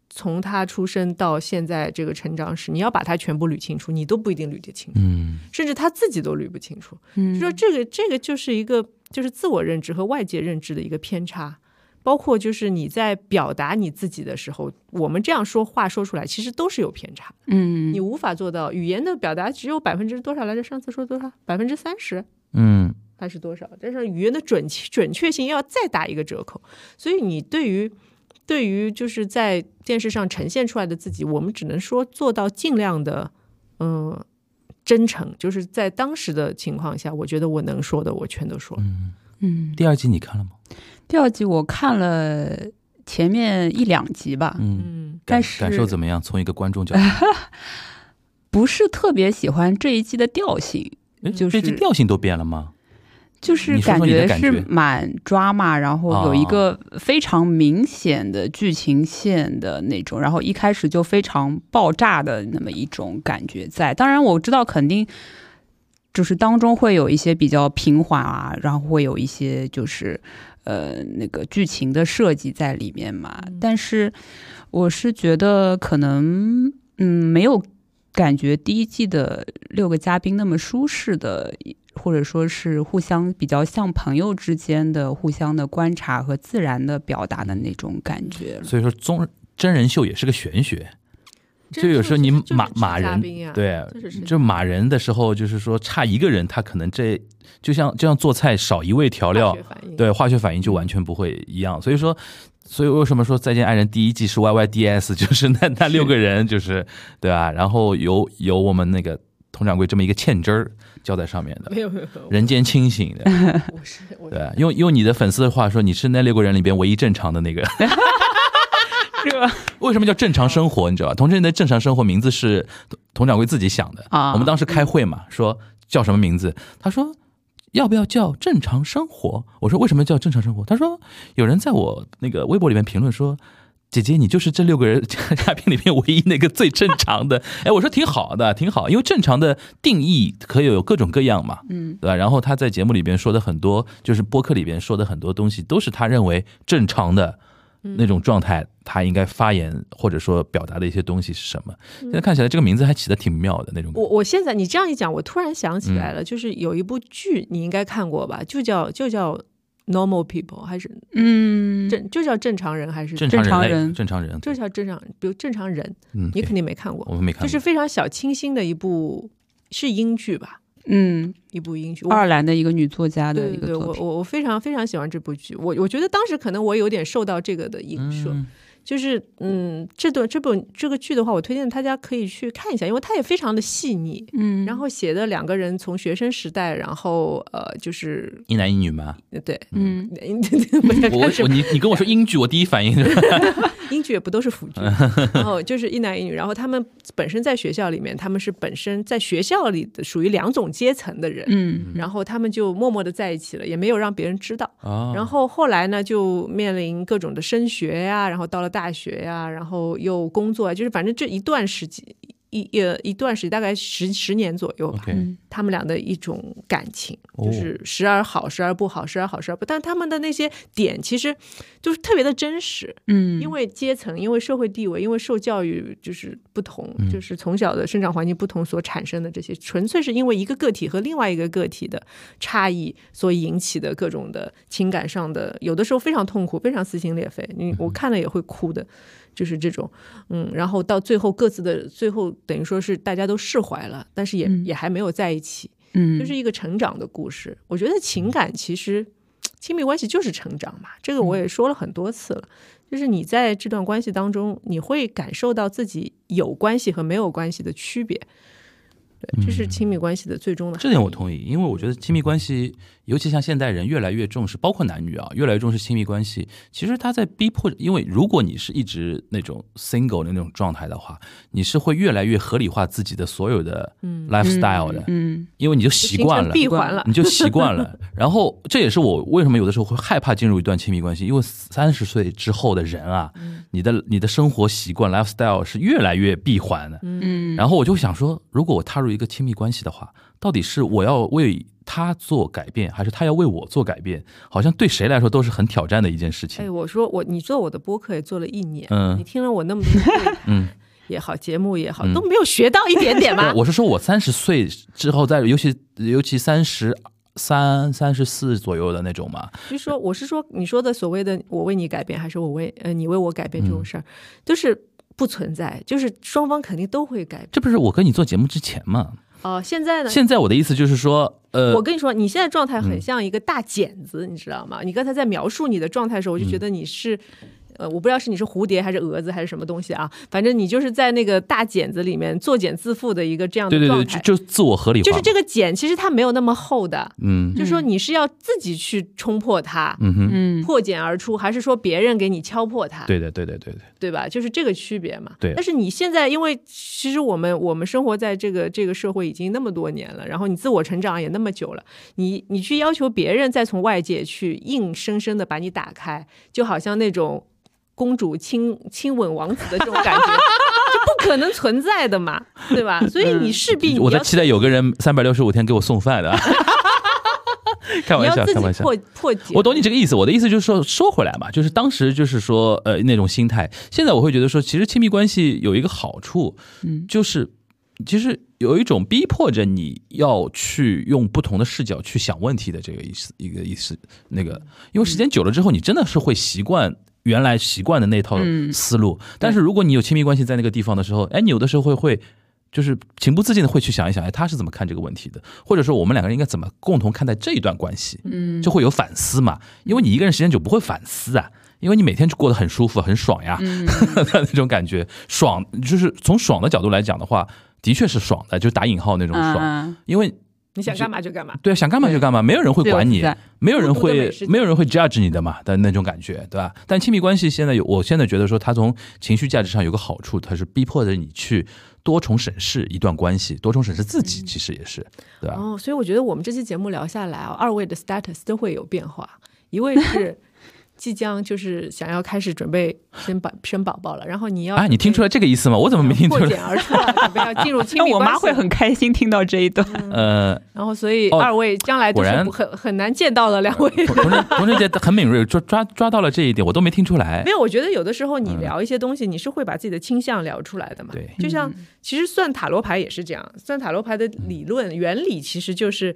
从他出生到现在这个成长史，你要把他全部捋清楚，你都不一定捋得清楚，甚至他自己都捋不清楚。就说这个就是一个就是自我认知和外界认知的一个偏差，包括就是你在表达你自己的时候，我们这样说话说出来其实都是有偏差。你无法做到语言的表达只有%多少来着？上次说多少？30%？还是多少？但是语言的准确性要再打一个折扣。所以你对于就是在电视上呈现出来的自己，我们只能说做到尽量的真诚，就是在当时的情况下，我觉得我能说的我全都说了。 第2季你看了吗？ 第2季我看了前面1、2集吧，但是感受怎么样？从一个观众角度， 不是特别喜欢这一季的调性，就是这季调性都变了吗？ 就是感觉是蛮drama，然后有一个非常明显的剧情线的那种，然后一开始就非常爆炸的那么一种感觉在。当然我知道肯定就是当中会有一些比较平缓啊，然后会有一些就是那个剧情的设计在里面嘛，但是我是觉得可能没有感觉第1季的6个嘉宾那么舒适的，或者说是互相比较像朋友之间的互相的观察和自然的表达的那种感觉。 所以说真人秀也是个玄学，就有时候你马人，对，就马人的时候，就是说差一个人，他可能就像做菜少一味调料，对，化学反应就完全不会一样。所以为什么说再见爱人第1季是 YYDS， 就是那6个人，就是对吧？然后有我们那个佟掌柜这么一个芡汁儿浇在上面的， 没有人间清醒的，对，用你的粉丝的话说，你是那6个人里边唯一正常的那个。为什么叫正常生活？你知道吧？同志人的正常生活名字是佟掌柜自己想的。我们当时开会嘛，说叫什么名字？他说要不要叫正常生活？我说为什么叫正常生活？他说有人在我那个微博里面评论说，姐姐你就是这6个人嘉宾里面唯一那个最正常的。哎，我说挺好的，挺好，因为正常的定义可以有各种各样嘛，对吧？然后他在节目里边说的很多，就是播客里边说的很多东西，都是他认为正常的那种状态，他应该发言或者说表达的一些东西是什么。现在看起来这个名字还起得挺妙的那种。 我现在你这样一讲，我突然想起来了，就是有一部剧你应该看过吧，就叫 Normal People， 还是就叫正常人，还是正常人， 就叫比如正常人，你肯定没看过， 我们没看过， 就是非常小清新的一部，是英剧吧？一部英剧， 爱尔兰的一个女作家的一个作品。 对，我非常非常喜欢这部剧。我觉得当时可能我有点受到这个的影射。就是这个剧的话，我推荐大家可以去看一下，因为它也非常的细腻。然后写的2个人从学生时代，然后就是一男一女嘛。 对， 你跟我说英剧，我第一反应就是英剧也不都是腐剧，然后就是一男一女，然后他们本身在学校里面，他们是本身在学校里的属于2种阶层的人，然后他们就默默的在一起了，也没有让别人知道。然后后来呢，就面临各种的升学呀，然后到了大学呀，然后又工作，就是反正这一段时期大概10年左右吧，他们俩的一种感情，就是时而好时而不好，时而好时而不，但他们的那些点其实就是特别的真实。因为阶层，因为社会地位，因为受教育就是不同，就是从小的生长环境不同所产生的这些，纯粹是因为一个个体和另外一个个体的差异所引起的各种的情感上的，有的时候非常痛苦，非常撕心裂肺，我看了也会哭的，就是这种。然后到最后最后等于说是大家都释怀了，但是也还没有在一起。就是一个成长的故事。我觉得情感其实亲密关系就是成长嘛，这个我也说了很多次了，就是你在这段关系当中，你会感受到自己有关系和没有关系的区别。对，这是亲密关系的最终的。 这点我同意，因为我觉得亲密关系，尤其像现代人越来越重视，包括男女啊，越来越重视亲密关系。其实他在逼迫，因为如果你是一直那种 single 的那种状态的话，你是会越来越合理化自己的所有的 lifestyle 的，因为你就习惯了， 闭环了， 你就习惯了。然后这也是我为什么有的时候会害怕进入一段亲密关系，因为30岁之后的人啊，你的生活习惯 lifestyle 是越来越闭环的。然后我就想说，如果我踏入入一个亲密关系的话，到底是我要为他做改变，还是他要为我做改变？好像对谁来说都是很挑战的一件事情。 我说你做我的播客也做了1年，你听了我那么多也好，节目也好，都没有学到一点点吗？ 我是说我30岁之后，尤其33、34左右的那种嘛。 就是说，我是说你说的所谓的我为你改变，还是你为我改变这种事儿，就是不存在，就是双方肯定都会改变。 这不是我跟你做节目之前吗？ 现在呢？ 现在我的意思就是说， 我跟你说，你现在状态很像一个大茧子，你知道吗？你刚才在描述你的状态的时候，我就觉得你是。我不知道是你是蝴蝶还是蛾子还是什么东西啊，反正你就是在那个大茧子里面作茧自缚的一个这样的状态。 对，就自我合理化， 就是这个茧其实它没有那么厚的，就是说你是要自己去冲破它，破茧而出，还是说别人给你敲破它？对吧？就是这个区别嘛。 对。 但是你现在，因为其实我们生活在这个社会已经那么多年了，然后你自我成长也那么久了，你去要求别人再从外界去硬生生的把你打开，就好像那种公主亲吻王子的这种感觉，就不可能存在的嘛，对吧？所以你势必我在期待有个人365天给我送饭的。开玩笑， 破解。 我懂你这个意思。我的意思就是说回来嘛，就是当时就是说那种心态。现在我会觉得说，其实亲密关系有一个好处，就是其实有一种逼迫着你要去用不同的视角去想问题的这个一个意思。那个，因为时间久了之后，你真的是会原来习惯的那套思路。但是如果你有亲密关系在那个地方的时候，你有的时候会就是情不自禁的会去想一想，他是怎么看这个问题的，或者说我们两个人应该怎么共同看待这一段关系，就会有反思嘛。因为你一个人时间久不会反思啊，因为你每天就过得很舒服很爽呀，那种感觉爽，就是从爽的角度来讲的话，的确是爽的，就打引号那种爽，因为你想干嘛就干嘛， 对，想干嘛就干嘛，没有人会管你，没有人会 judge 你的嘛的那种感觉，对吧？但亲密关系我现在觉得说，它从情绪价值上有个好处，它是逼迫着你去多重审视一段关系，多重审视自己，其实也是，对吧？ 所以我觉得我们这期节目聊下来二位的 status 都会有变化，一位是即将就是想要开始准备生宝宝了，然后你要你听出来这个意思吗？我怎么没听出来？ 破茧而出了，准备要进入亲密关系。 我妈会很开心听到这一段。 然后所以二位将来都是很难见到了两位。 童晨姐很敏锐，抓到了这一点，我都没听出来。 没有，我觉得有的时候你聊一些东西，你是会把自己的倾向聊出来的嘛。 对， 就像其实算塔罗牌也是这样，算塔罗牌的理论原理其实就是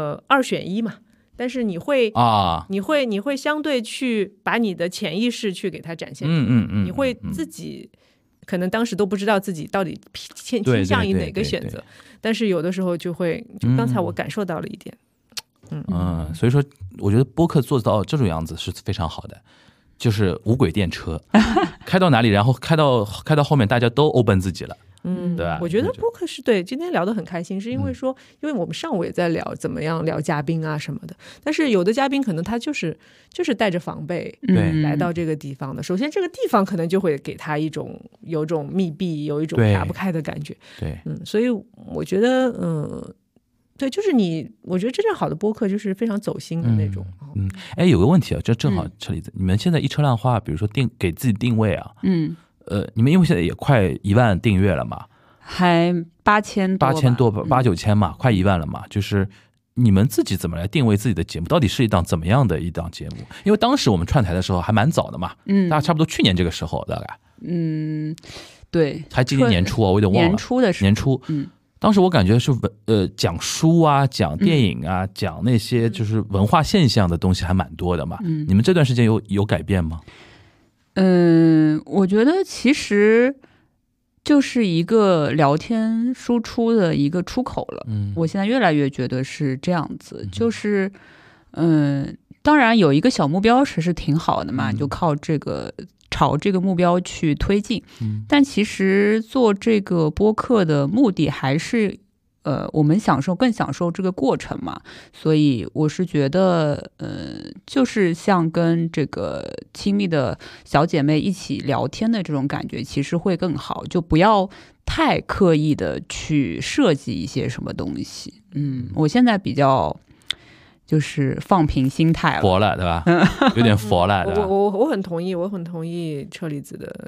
2选1嘛。但是你会相对去把你的潜意识去给它展现出来，你会自己可能当时都不知道自己到底倾向于哪个选择，但是有的时候就刚才我感受到了一点， 所以说我觉得播客做到这种样子是非常好的，就是无轨电车，开到哪里，然后开到后面大家都 open 自己了。对吧？ 我觉得播客是对今天聊得很开心，是因为说，因为我们上午也在聊怎么样聊嘉宾啊什么的，但是有的嘉宾可能他就是带着防备来到这个地方的。首先这个地方可能就会给他有种密闭，有一种打不开的感觉。 对， 所以我觉得对，就是我觉得真正好的播客就是非常走心的那种。 有个问题啊，这正好车厘子，你们现在一车烂话，比如说给自己定位啊，你们因为现在也快1万订阅了嘛， 还8000多 8、9千嘛，快1万了嘛。就是你们自己怎么来定位自己的节目，到底是一档怎么样的一档节目？因为当时我们串台的时候还蛮早的嘛，大概差不多去年这个时候大概， 对， 还今年年初啊，我有点忘了，年初，当时我感觉是讲书啊，讲电影啊，讲那些就是文化现象的东西还蛮多的嘛。你们这段时间有改变吗？ 我觉得其实就是一个聊天输出的一个出口了。我现在越来越觉得是这样子，就是当然有一个小目标是挺好的嘛，就靠朝这个目标去推进。但其实做这个播客的目的还是我们更享受这个过程嘛，所以我是觉得就是像跟这个亲密的小姐妹一起聊天的这种感觉其实会更好，就不要太刻意的去设计一些什么东西。我现在比较就是放平心态了， 佛了对吧？有点佛了。 我很同意车厘子的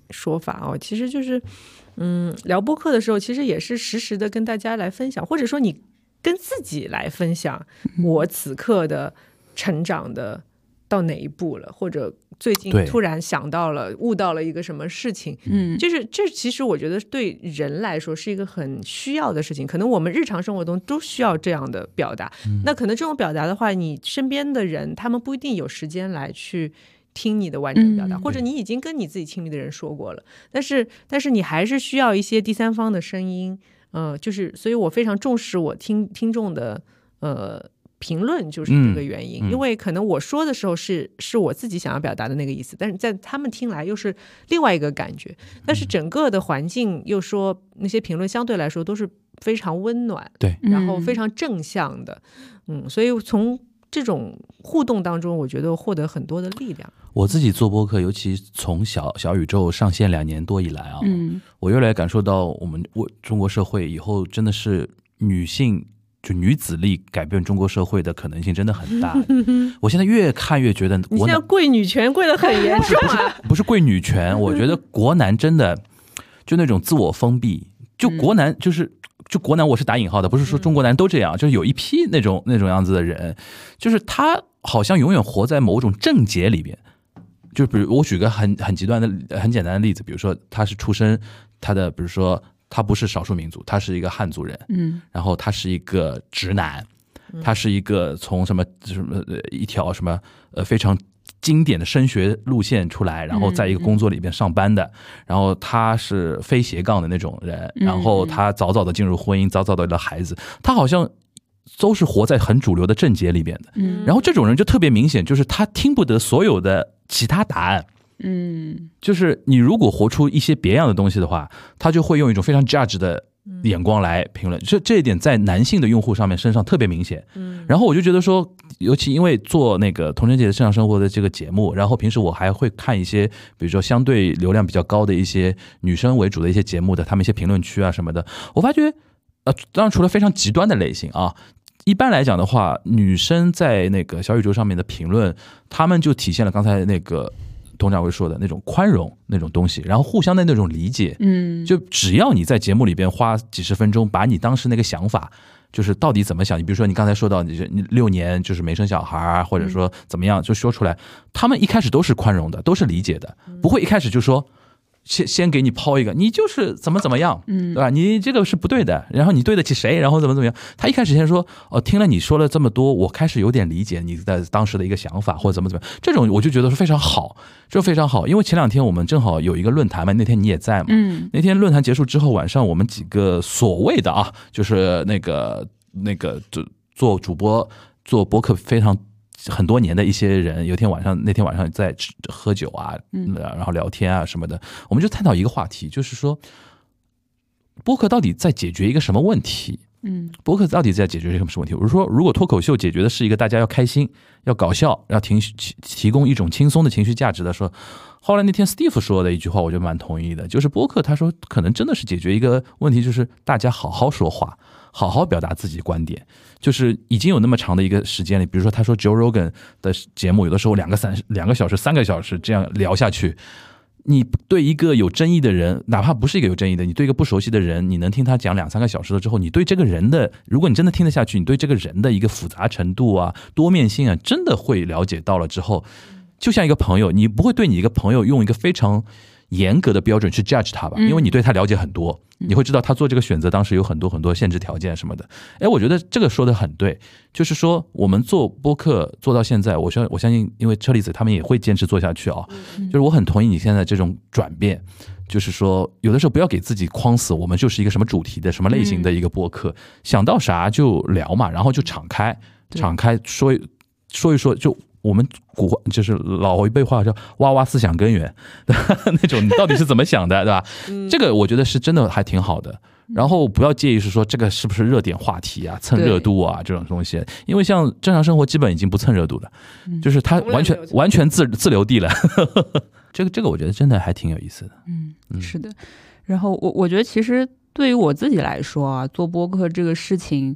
说法哦，其实就是聊播客的时候，其实也是实时的跟大家来分享，或者说你跟自己来分享我此刻的成长的到哪一步了，或者最近突然想到了悟到了一个什么事情，就是这其实我觉得对人来说是一个很需要的事情，可能我们日常生活中都需要这样的表达，那可能这种表达的话，你身边的人他们不一定有时间来去听你的完整表达，或者你已经跟你自己亲密的人说过了，但是你还是需要一些第三方的声音，就是所以我非常重视我听众的评论，就是这个原因，因为可能我说的时候是我自己想要表达的那个意思，但是在他们听来又是另外一个感觉，但是整个的环境又说那些评论相对来说都是非常温暖， 对， 然后非常正向的，所以从这种互动当中，我觉得获得很多的力量。 我自己做播客，尤其从小宇宙上线2年多以来啊，我越来越感受到我中国社会以后真的是女性。就女子力改变中国社会的可能性真的很大。我现在越看越觉得你现在跪女权跪得很严重啊！ 不是跪女权，我觉得国男真的就那种自我封闭，就国男就国男，我是打引号的，不是说中国男都这样，就是有一批那种样子的人，就是他好像永远活在某种正解里边。就比如我举个很极端的很简单的例子，比如说他是出身他的，比如说他不是少数民族，他是一个汉族人，然后他是一个直男，他是一个从什么一条什么非常经典的升学路线出来，然后在一个工作里边上班的，然后他是非斜杠的那种人，然后他早早的进入婚姻，早早的有了孩子，他好像都是活在很主流的正解里边的，然后这种人就特别明显，就是他听不得所有的其他答案。就是你如果活出一些别样的东西的话，他就会用一种非常 judge 的眼光来评论，这一点在男性的用户身上特别明显。然后我就觉得说，尤其因为做那个童晨姐的正常生活的这个节目，然后平时我还会看一些比如说相对流量比较高的一些女生为主的一些节目的他们一些评论区啊什么的，我发觉当然除了非常极端的类型啊，一般来讲的话，女生在那个小宇宙上面的评论，他们就体现了刚才那个董掌柜说的那种宽容那种东西，然后互相的那种理解，就只要你在节目里边花几十分钟，把你当时那个想法，就是到底怎么想，你比如说你刚才说到你6年就是没生小孩啊，或者说怎么样，就说出来，他们一开始都是宽容的，都是理解的，不会一开始就说先给你抛一个，你就是怎么样，对吧？你这个是不对的，然后你对得起谁，然后怎么样？他一开始先说，听了你说了这么多，我开始有点理解你的当时的一个想法，或者怎么样，这种我就觉得是非常好，这非常好。因为前2天我们正好有一个论坛嘛，那天你也在嘛，那天论坛结束之后，晚上我们几个所谓的就是那个做主播做播客非常很多年的一些人，那天晚上在喝酒啊，然后聊天啊什么的，我们就探讨一个话题，就是说播客到底在解决一个什么问题？播客到底在解决什么问题？我说，如果脱口秀解决的是一个大家要开心、要搞笑、要提供一种轻松的情绪价值的时候，后来那天 Steve 说的一句话，我就蛮同意的，就是播客他说可能真的是解决一个问题，就是大家好好说话，好好表达自己观点。就是已经有那么长的一个时间里，比如说他说 Joe Rogan 的节目有的时候2个小时、3个小时这样聊下去，你对一个有争议的人，哪怕不是一个有争议的，你对一个不熟悉的人，你能听他讲2-3个小时了之后，你对这个人的，如果你真的听得下去，你对这个人的一个复杂程度啊、多面性啊，真的会了解到了之后，就像一个朋友，你不会对你一个朋友用一个非常严格的标准去 judge 他吧，因为你对他了解很多，你会知道他做这个选择当时有很多限制条件什么的。我觉得这个说的很对，就是说我们做播客做到现在，我相信因为车厘子他们也会坚持做下去啊，就是我很同意你现在这种转变，就是说有的时候不要给自己框死，我们就是一个什么主题的什么类型的一个播客，想到啥就聊嘛，然后就敞开说一说，就我们就是老一辈话叫挖挖思想根源那种，你到底是怎么想的，对吧？这个我觉得是真的还挺好的。然后不要介意是说这个是不是热点话题啊、蹭热度啊这种东西，因为像正常生活基本已经不蹭热度了，就是它完全自留地了。这个我觉得真的还挺有意思的。 是的。然后我觉得其实对于我自己来说啊，做播客这个事情，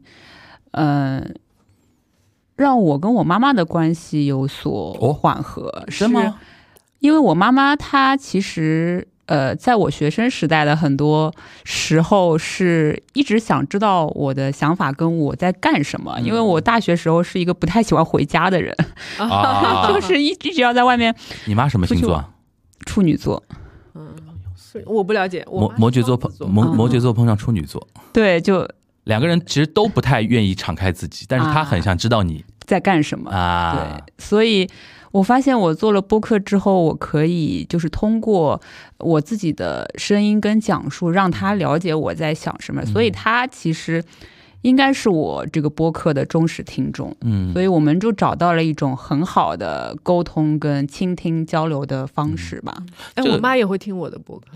让我跟我妈妈的关系有所缓和。 是吗？ 因为我妈妈她其实在我学生时代的很多时候是一直想知道我的想法跟我在干什么，因为我大学时候是一个不太喜欢回家的人，就是一直要在外面。 你妈什么星座？ 处女座。 我不了解。 摩羯座碰上处女座， 对，就两个人其实都不太愿意敞开自己，但是他很想知道你在干什么啊。对，所以我发现我做了播客之后，我可以就是通过我自己的声音跟讲述，让他了解我在想什么。所以他其实应该是我这个播客的忠实听众。所以我们就找到了一种很好的沟通跟倾听交流的方式吧。 我妈也会听我的播客。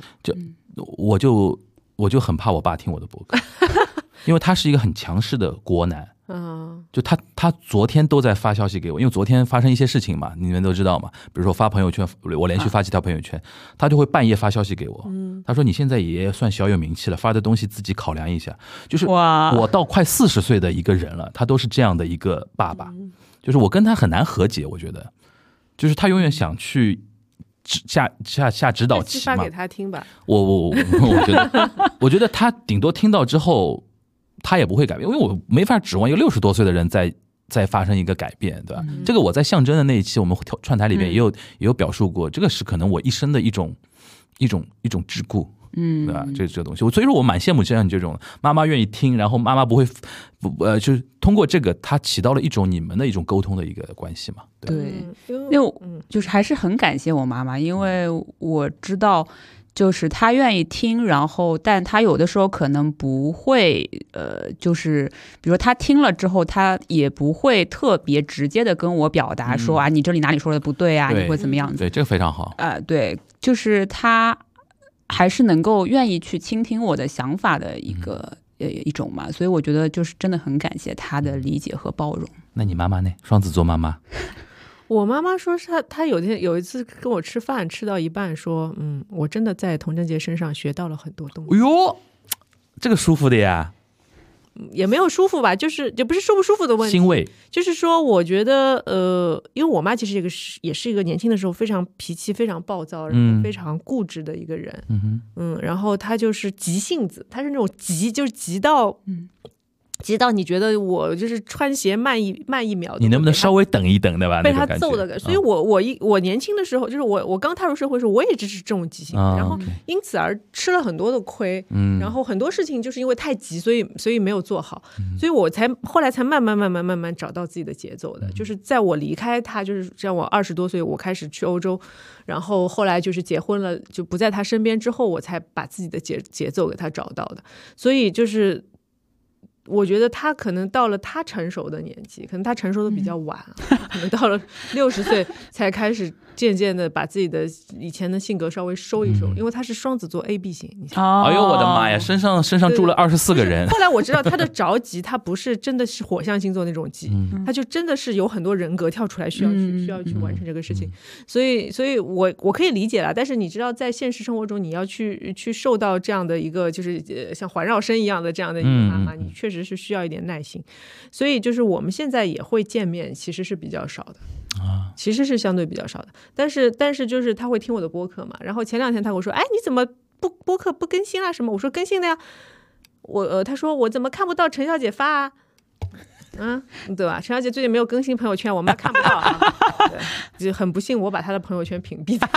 我就很怕我爸听我的播客，因为他是一个很强势的国男。就他昨天都在发消息给我，因为昨天发生一些事情嘛，你们都知道嘛，比如说发朋友圈，我连续发几条朋友圈，他就会半夜发消息给我。他说你现在也算小有名气了，发的东西自己考量一下。就是我到快40岁的一个人了，他都是这样的一个爸爸，就是我跟他很难和解，我觉得，就是他永远想去下指导棋嘛。 发给他听吧。 我觉得他顶多听到之后，他也不会改变，因为我没法指望一个60多岁的人再发生一个改变，对吧？这个我在象征的那一期我们串台里面也有表述过，这个是可能我一生的一种桎梏，对吧？这个东西，所以说我蛮羡慕这种妈妈愿意听，然后妈妈不会就是通过这个，它起到了一种你们的一种沟通的一个关系嘛。 对，因为就是还是很感谢我妈妈，因为我知道。就是他愿意听，然后但他有的时候可能不会就是比如他听了之后，他也不会特别直接的跟我表达说啊，你这里哪里说的不对啊，你会怎么样子。 对，这个非常好。 对，就是他还是能够愿意去倾听我的想法的一种嘛，所以我觉得就是真的很感谢他的理解和包容。 那你妈妈呢？双子座妈妈。 我妈妈说是她有一次跟我吃饭，吃到一半说，我真的在童振杰身上学到了很多东西。 哎呦，这个舒服的呀。 也没有舒服吧，就是也不是舒不舒服的问题， 欣慰。 就是说，我觉得因为我妈其实也是一个年轻的时候非常脾气非常暴躁，然后非常固执的一个人。然后她就是急性子，她是那种就是急到你觉得我就是穿鞋慢一秒， 你能不能稍微等一等，对吧？ 被他揍的感觉。所以我年轻的时候，就是我刚踏入社会的时候，我也就是这种急性子，然后因此而吃了很多的亏，然后很多事情就是因为太急，所以没有做好，所以我后来才慢慢找到自己的节奏的。就是在我离开他，就是像我20多岁，我开始去欧洲，然后后来就是结婚了，就不在他身边之后，我才把自己的节奏给他找到的。所以就是我觉得他可能到了他成熟的年纪，可能他成熟的比较晚，可能到了60岁才开始渐渐的把自己的以前的性格稍微收一收，因为他是双子座 AB 型。 哎呦我的妈呀，身上住了24个人。 后来我知道他的着急，他不是真的是火象星座那种急，他就真的是有很多人格跳出来需要去完成这个事情。所以我可以理解了，但是你知道在现实生活中，你要去受到这样的一个就是像环绕声一样的这样的一个妈妈，你确实是需要一点耐心。所以就是我们现在也会见面，其实是比较少的。其实是相对比较少的，但是就是他会听我的播客嘛，然后前2天他跟我说，哎，你怎么播客不更新了什么？我说更新的呀。他说我怎么看不到陈小姐发啊？对吧？陈小姐最近没有更新朋友圈，我妈看不到啊。就很不幸，我把她的朋友圈屏蔽了。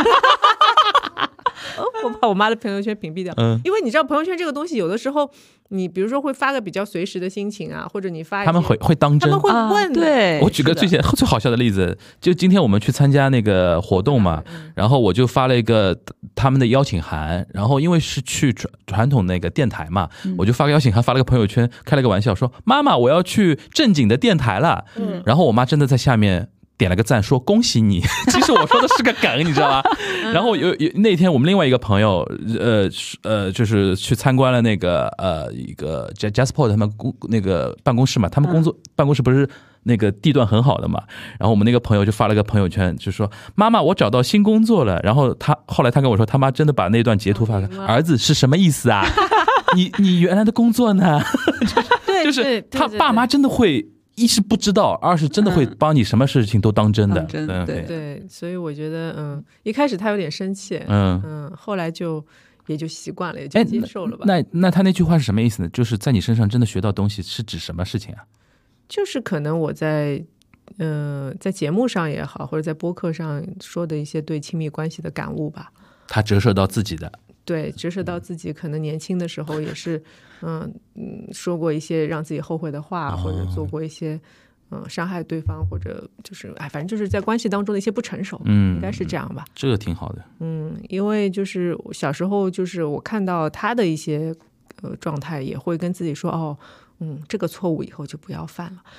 我把我妈的朋友圈屏蔽掉，因为你知道朋友圈这个东西，有的时候你比如说会发个比较随时的心情啊，或者你发他们会当真， 他们会问。 对， 我举个最好笑的例子，就今天我们去参加那个活动嘛，然后我就发了一个他们的邀请函，然后因为是去传统那个电台嘛，我就发个邀请函，发了个朋友圈，开了个玩笑说妈妈我要去正经的电台了，然后我妈真的在下面点了个赞，说恭喜你。其实我说的是个梗，你知道吧？然后有那天我们另外一个朋友，就是去参观了那个一个 Jasper 他们那个办公室嘛，他们办公室不是那个地段很好的嘛，然后我们那个朋友就发了个朋友圈，就说妈妈我找到新工作了。然后后来他跟我说，他妈真的把那段截图发给儿子，是什么意思啊？你原来的工作呢？就是他爸妈真的会一是不知道，二是真的会帮你什么事情都当真的。 对，所以我觉得一开始他有点生气，后来也就习惯了，也就接受了吧。 那他那句话是什么意思呢？就是在你身上真的学到东西是指什么事情啊？ 就是可能我在节目上也好，或者在播客上说的一些对亲密关系的感悟吧。 他折射到自己的， 对，折射到自己可能年轻的时候也是说过一些让自己后悔的话，或者做过一些伤害对方，或者就是反正就是在关系当中的一些不成熟，应该是这样吧。 这个挺好的。 因为就是小时候就是我看到他的一些状态，也会跟自己说这个错误以后就不要犯了。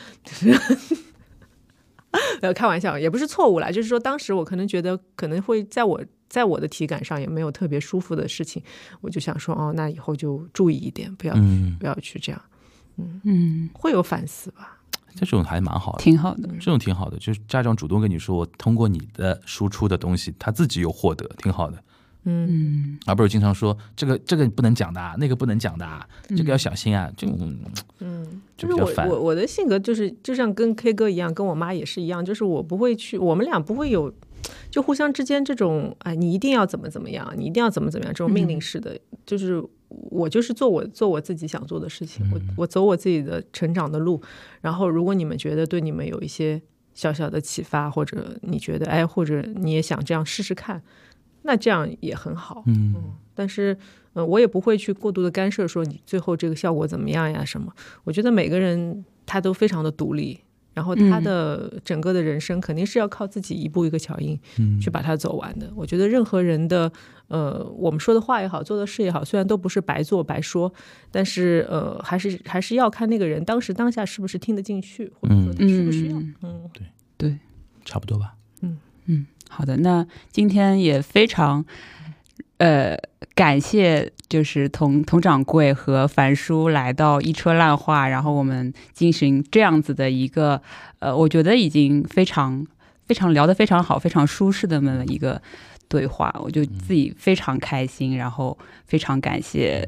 开玩笑，也不是错误啦，就是说当时我可能觉得可能会在我的体感上也没有特别舒服的事情，我就想说那以后就注意一点，不要去这样。会有反思吧。 这种还蛮好的， 挺好的， 这种挺好的，就是家长主动跟你说，我通过你的输出的东西，他自己有获得，挺好的。而不是经常说这个不能讲的，那个不能讲的，这个要小心啊，就比较烦。 我的性格就像跟 K 哥一样，跟我妈也是一样，就是我们俩不会有就互相之间这种你一定要怎么样，你一定要怎么样这种命令式的，就是我就是做我自己想做的事情，我走我自己的成长的路。然后如果你们觉得对你们有一些小小的启发，或者你觉得或者你也想这样试试看，那这样也很好。但是我也不会去过度的干涉说你最后这个效果怎么样呀什么。我觉得每个人他都非常的独立，然后他的整个的人生肯定是要靠自己一步一个脚印去把它走完的。我觉得任何人的我们说的话也好，做的事也好，虽然都不是白做白说，但是还是要看那个人当下是不是听得进去，或者说他需不需要。 对， 差不多吧。 好的，那今天也非常感谢就是佟掌柜和樊叔来到一车烂话，然后我们进行这样子的一个我觉得已经非常非常聊得非常好，非常舒适的那么一个对话，我就自己非常开心，然后非常感谢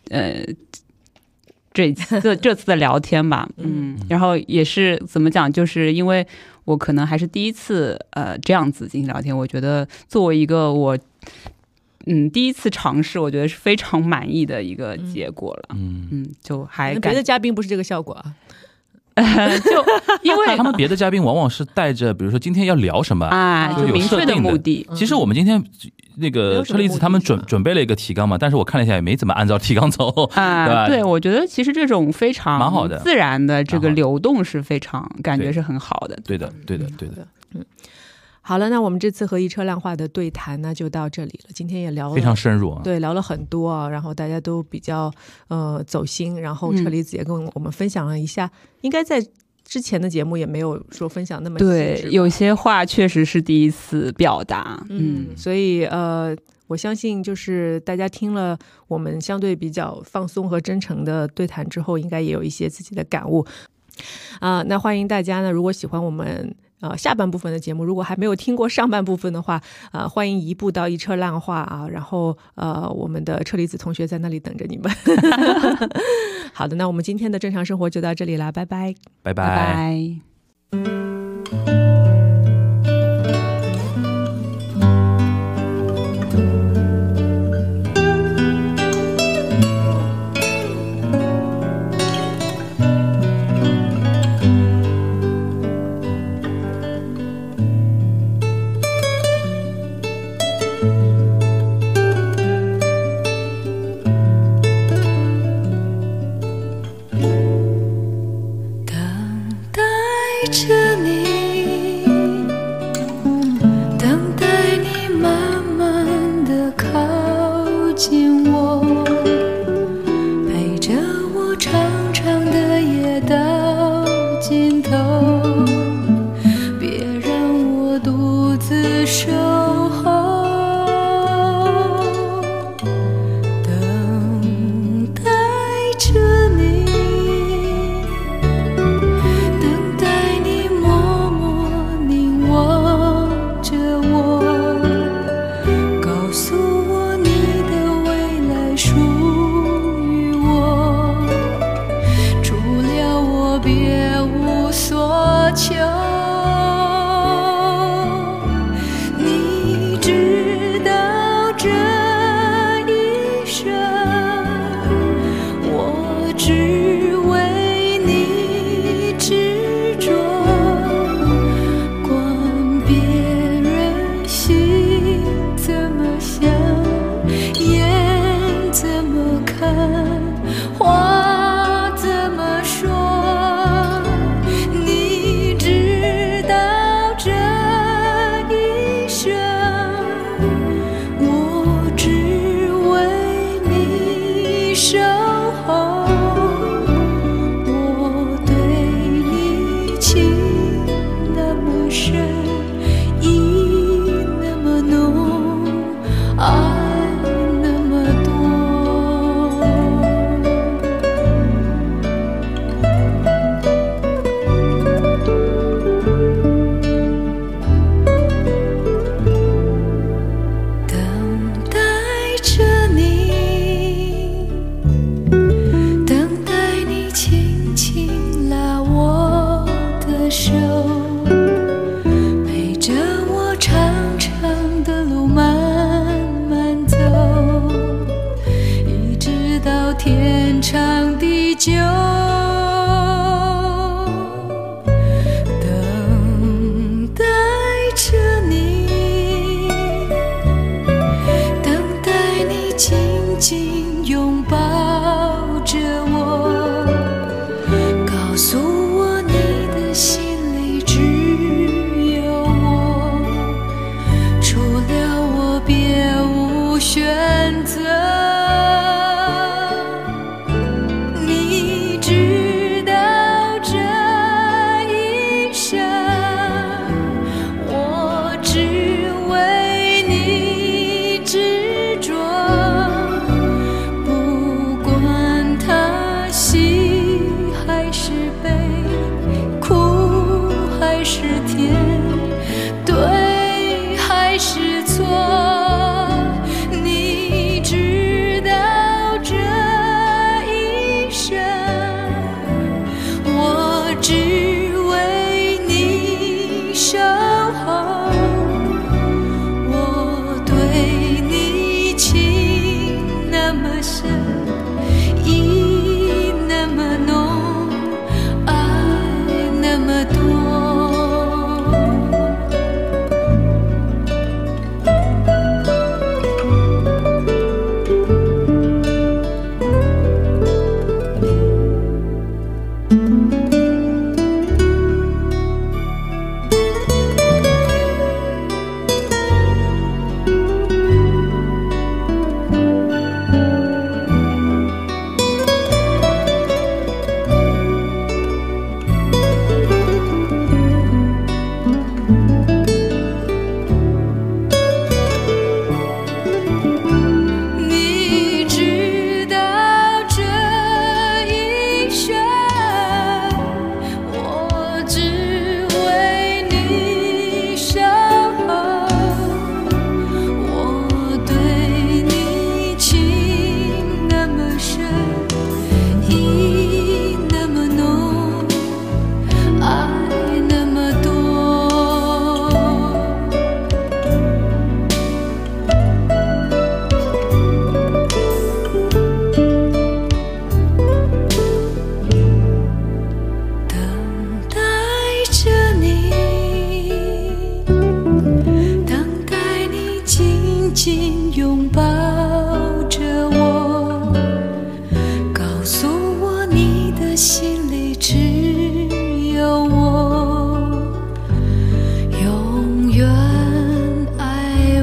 这次的聊天吧。然后也是怎么讲，就是因为我可能还是第一次这样子进行聊天，我觉得作为一个我第一次尝试，我觉得是非常满意的一个结果了。就还别的嘉宾不是这个效果啊。 就因为他们别的嘉宾往往是带着比如说今天要聊什么就明确的目的。 其实我们今天那个车厘子他们准备了一个提纲嘛，但是我看了一下也没怎么按照提纲走，对吧？ 对，我觉得其实这种非常蛮好的自然的这个流动是非常感觉是很好的。 对的。 好了，那我们这次和一车烂话的对谈呢就到这里了。今天也聊了非常深入对，聊了很多啊，然后大家都比较走心，然后车厘子也跟我们分享了一下，应该在之前的节目也没有说分享那么细致。 对，有些话确实是第一次表达。 所以我相信就是大家听了我们相对比较放松和真诚的对谈之后，应该也有一些自己的感悟那欢迎大家呢，如果喜欢我们下半部分的节目，如果还没有听过上半部分的话欢迎移步到一车烂话啊，然后我们的车厘子同学在那里等着你们。好的，那我们今天的正常生活就到这里啦，拜拜拜拜。 除了我久，等待着你，等待你紧紧拥抱着我，告诉我你的心里只有我，除了我别无选择。你知道这一生，我只为你执着，不管它喜还是悲，苦还是甜，对还是错，你知道这一生，我只为你守候，我对你情那么深，意那么浓，爱那么多。你知道这一生，我只为你守候，我对你情那么深，意那么浓，爱那么多。等待着你，等待你紧紧拥抱着我，告诉我你的心里只有我，永远爱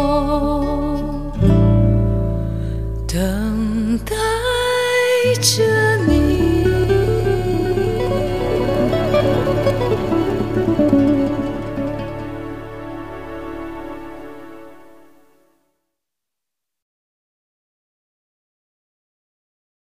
我，等待着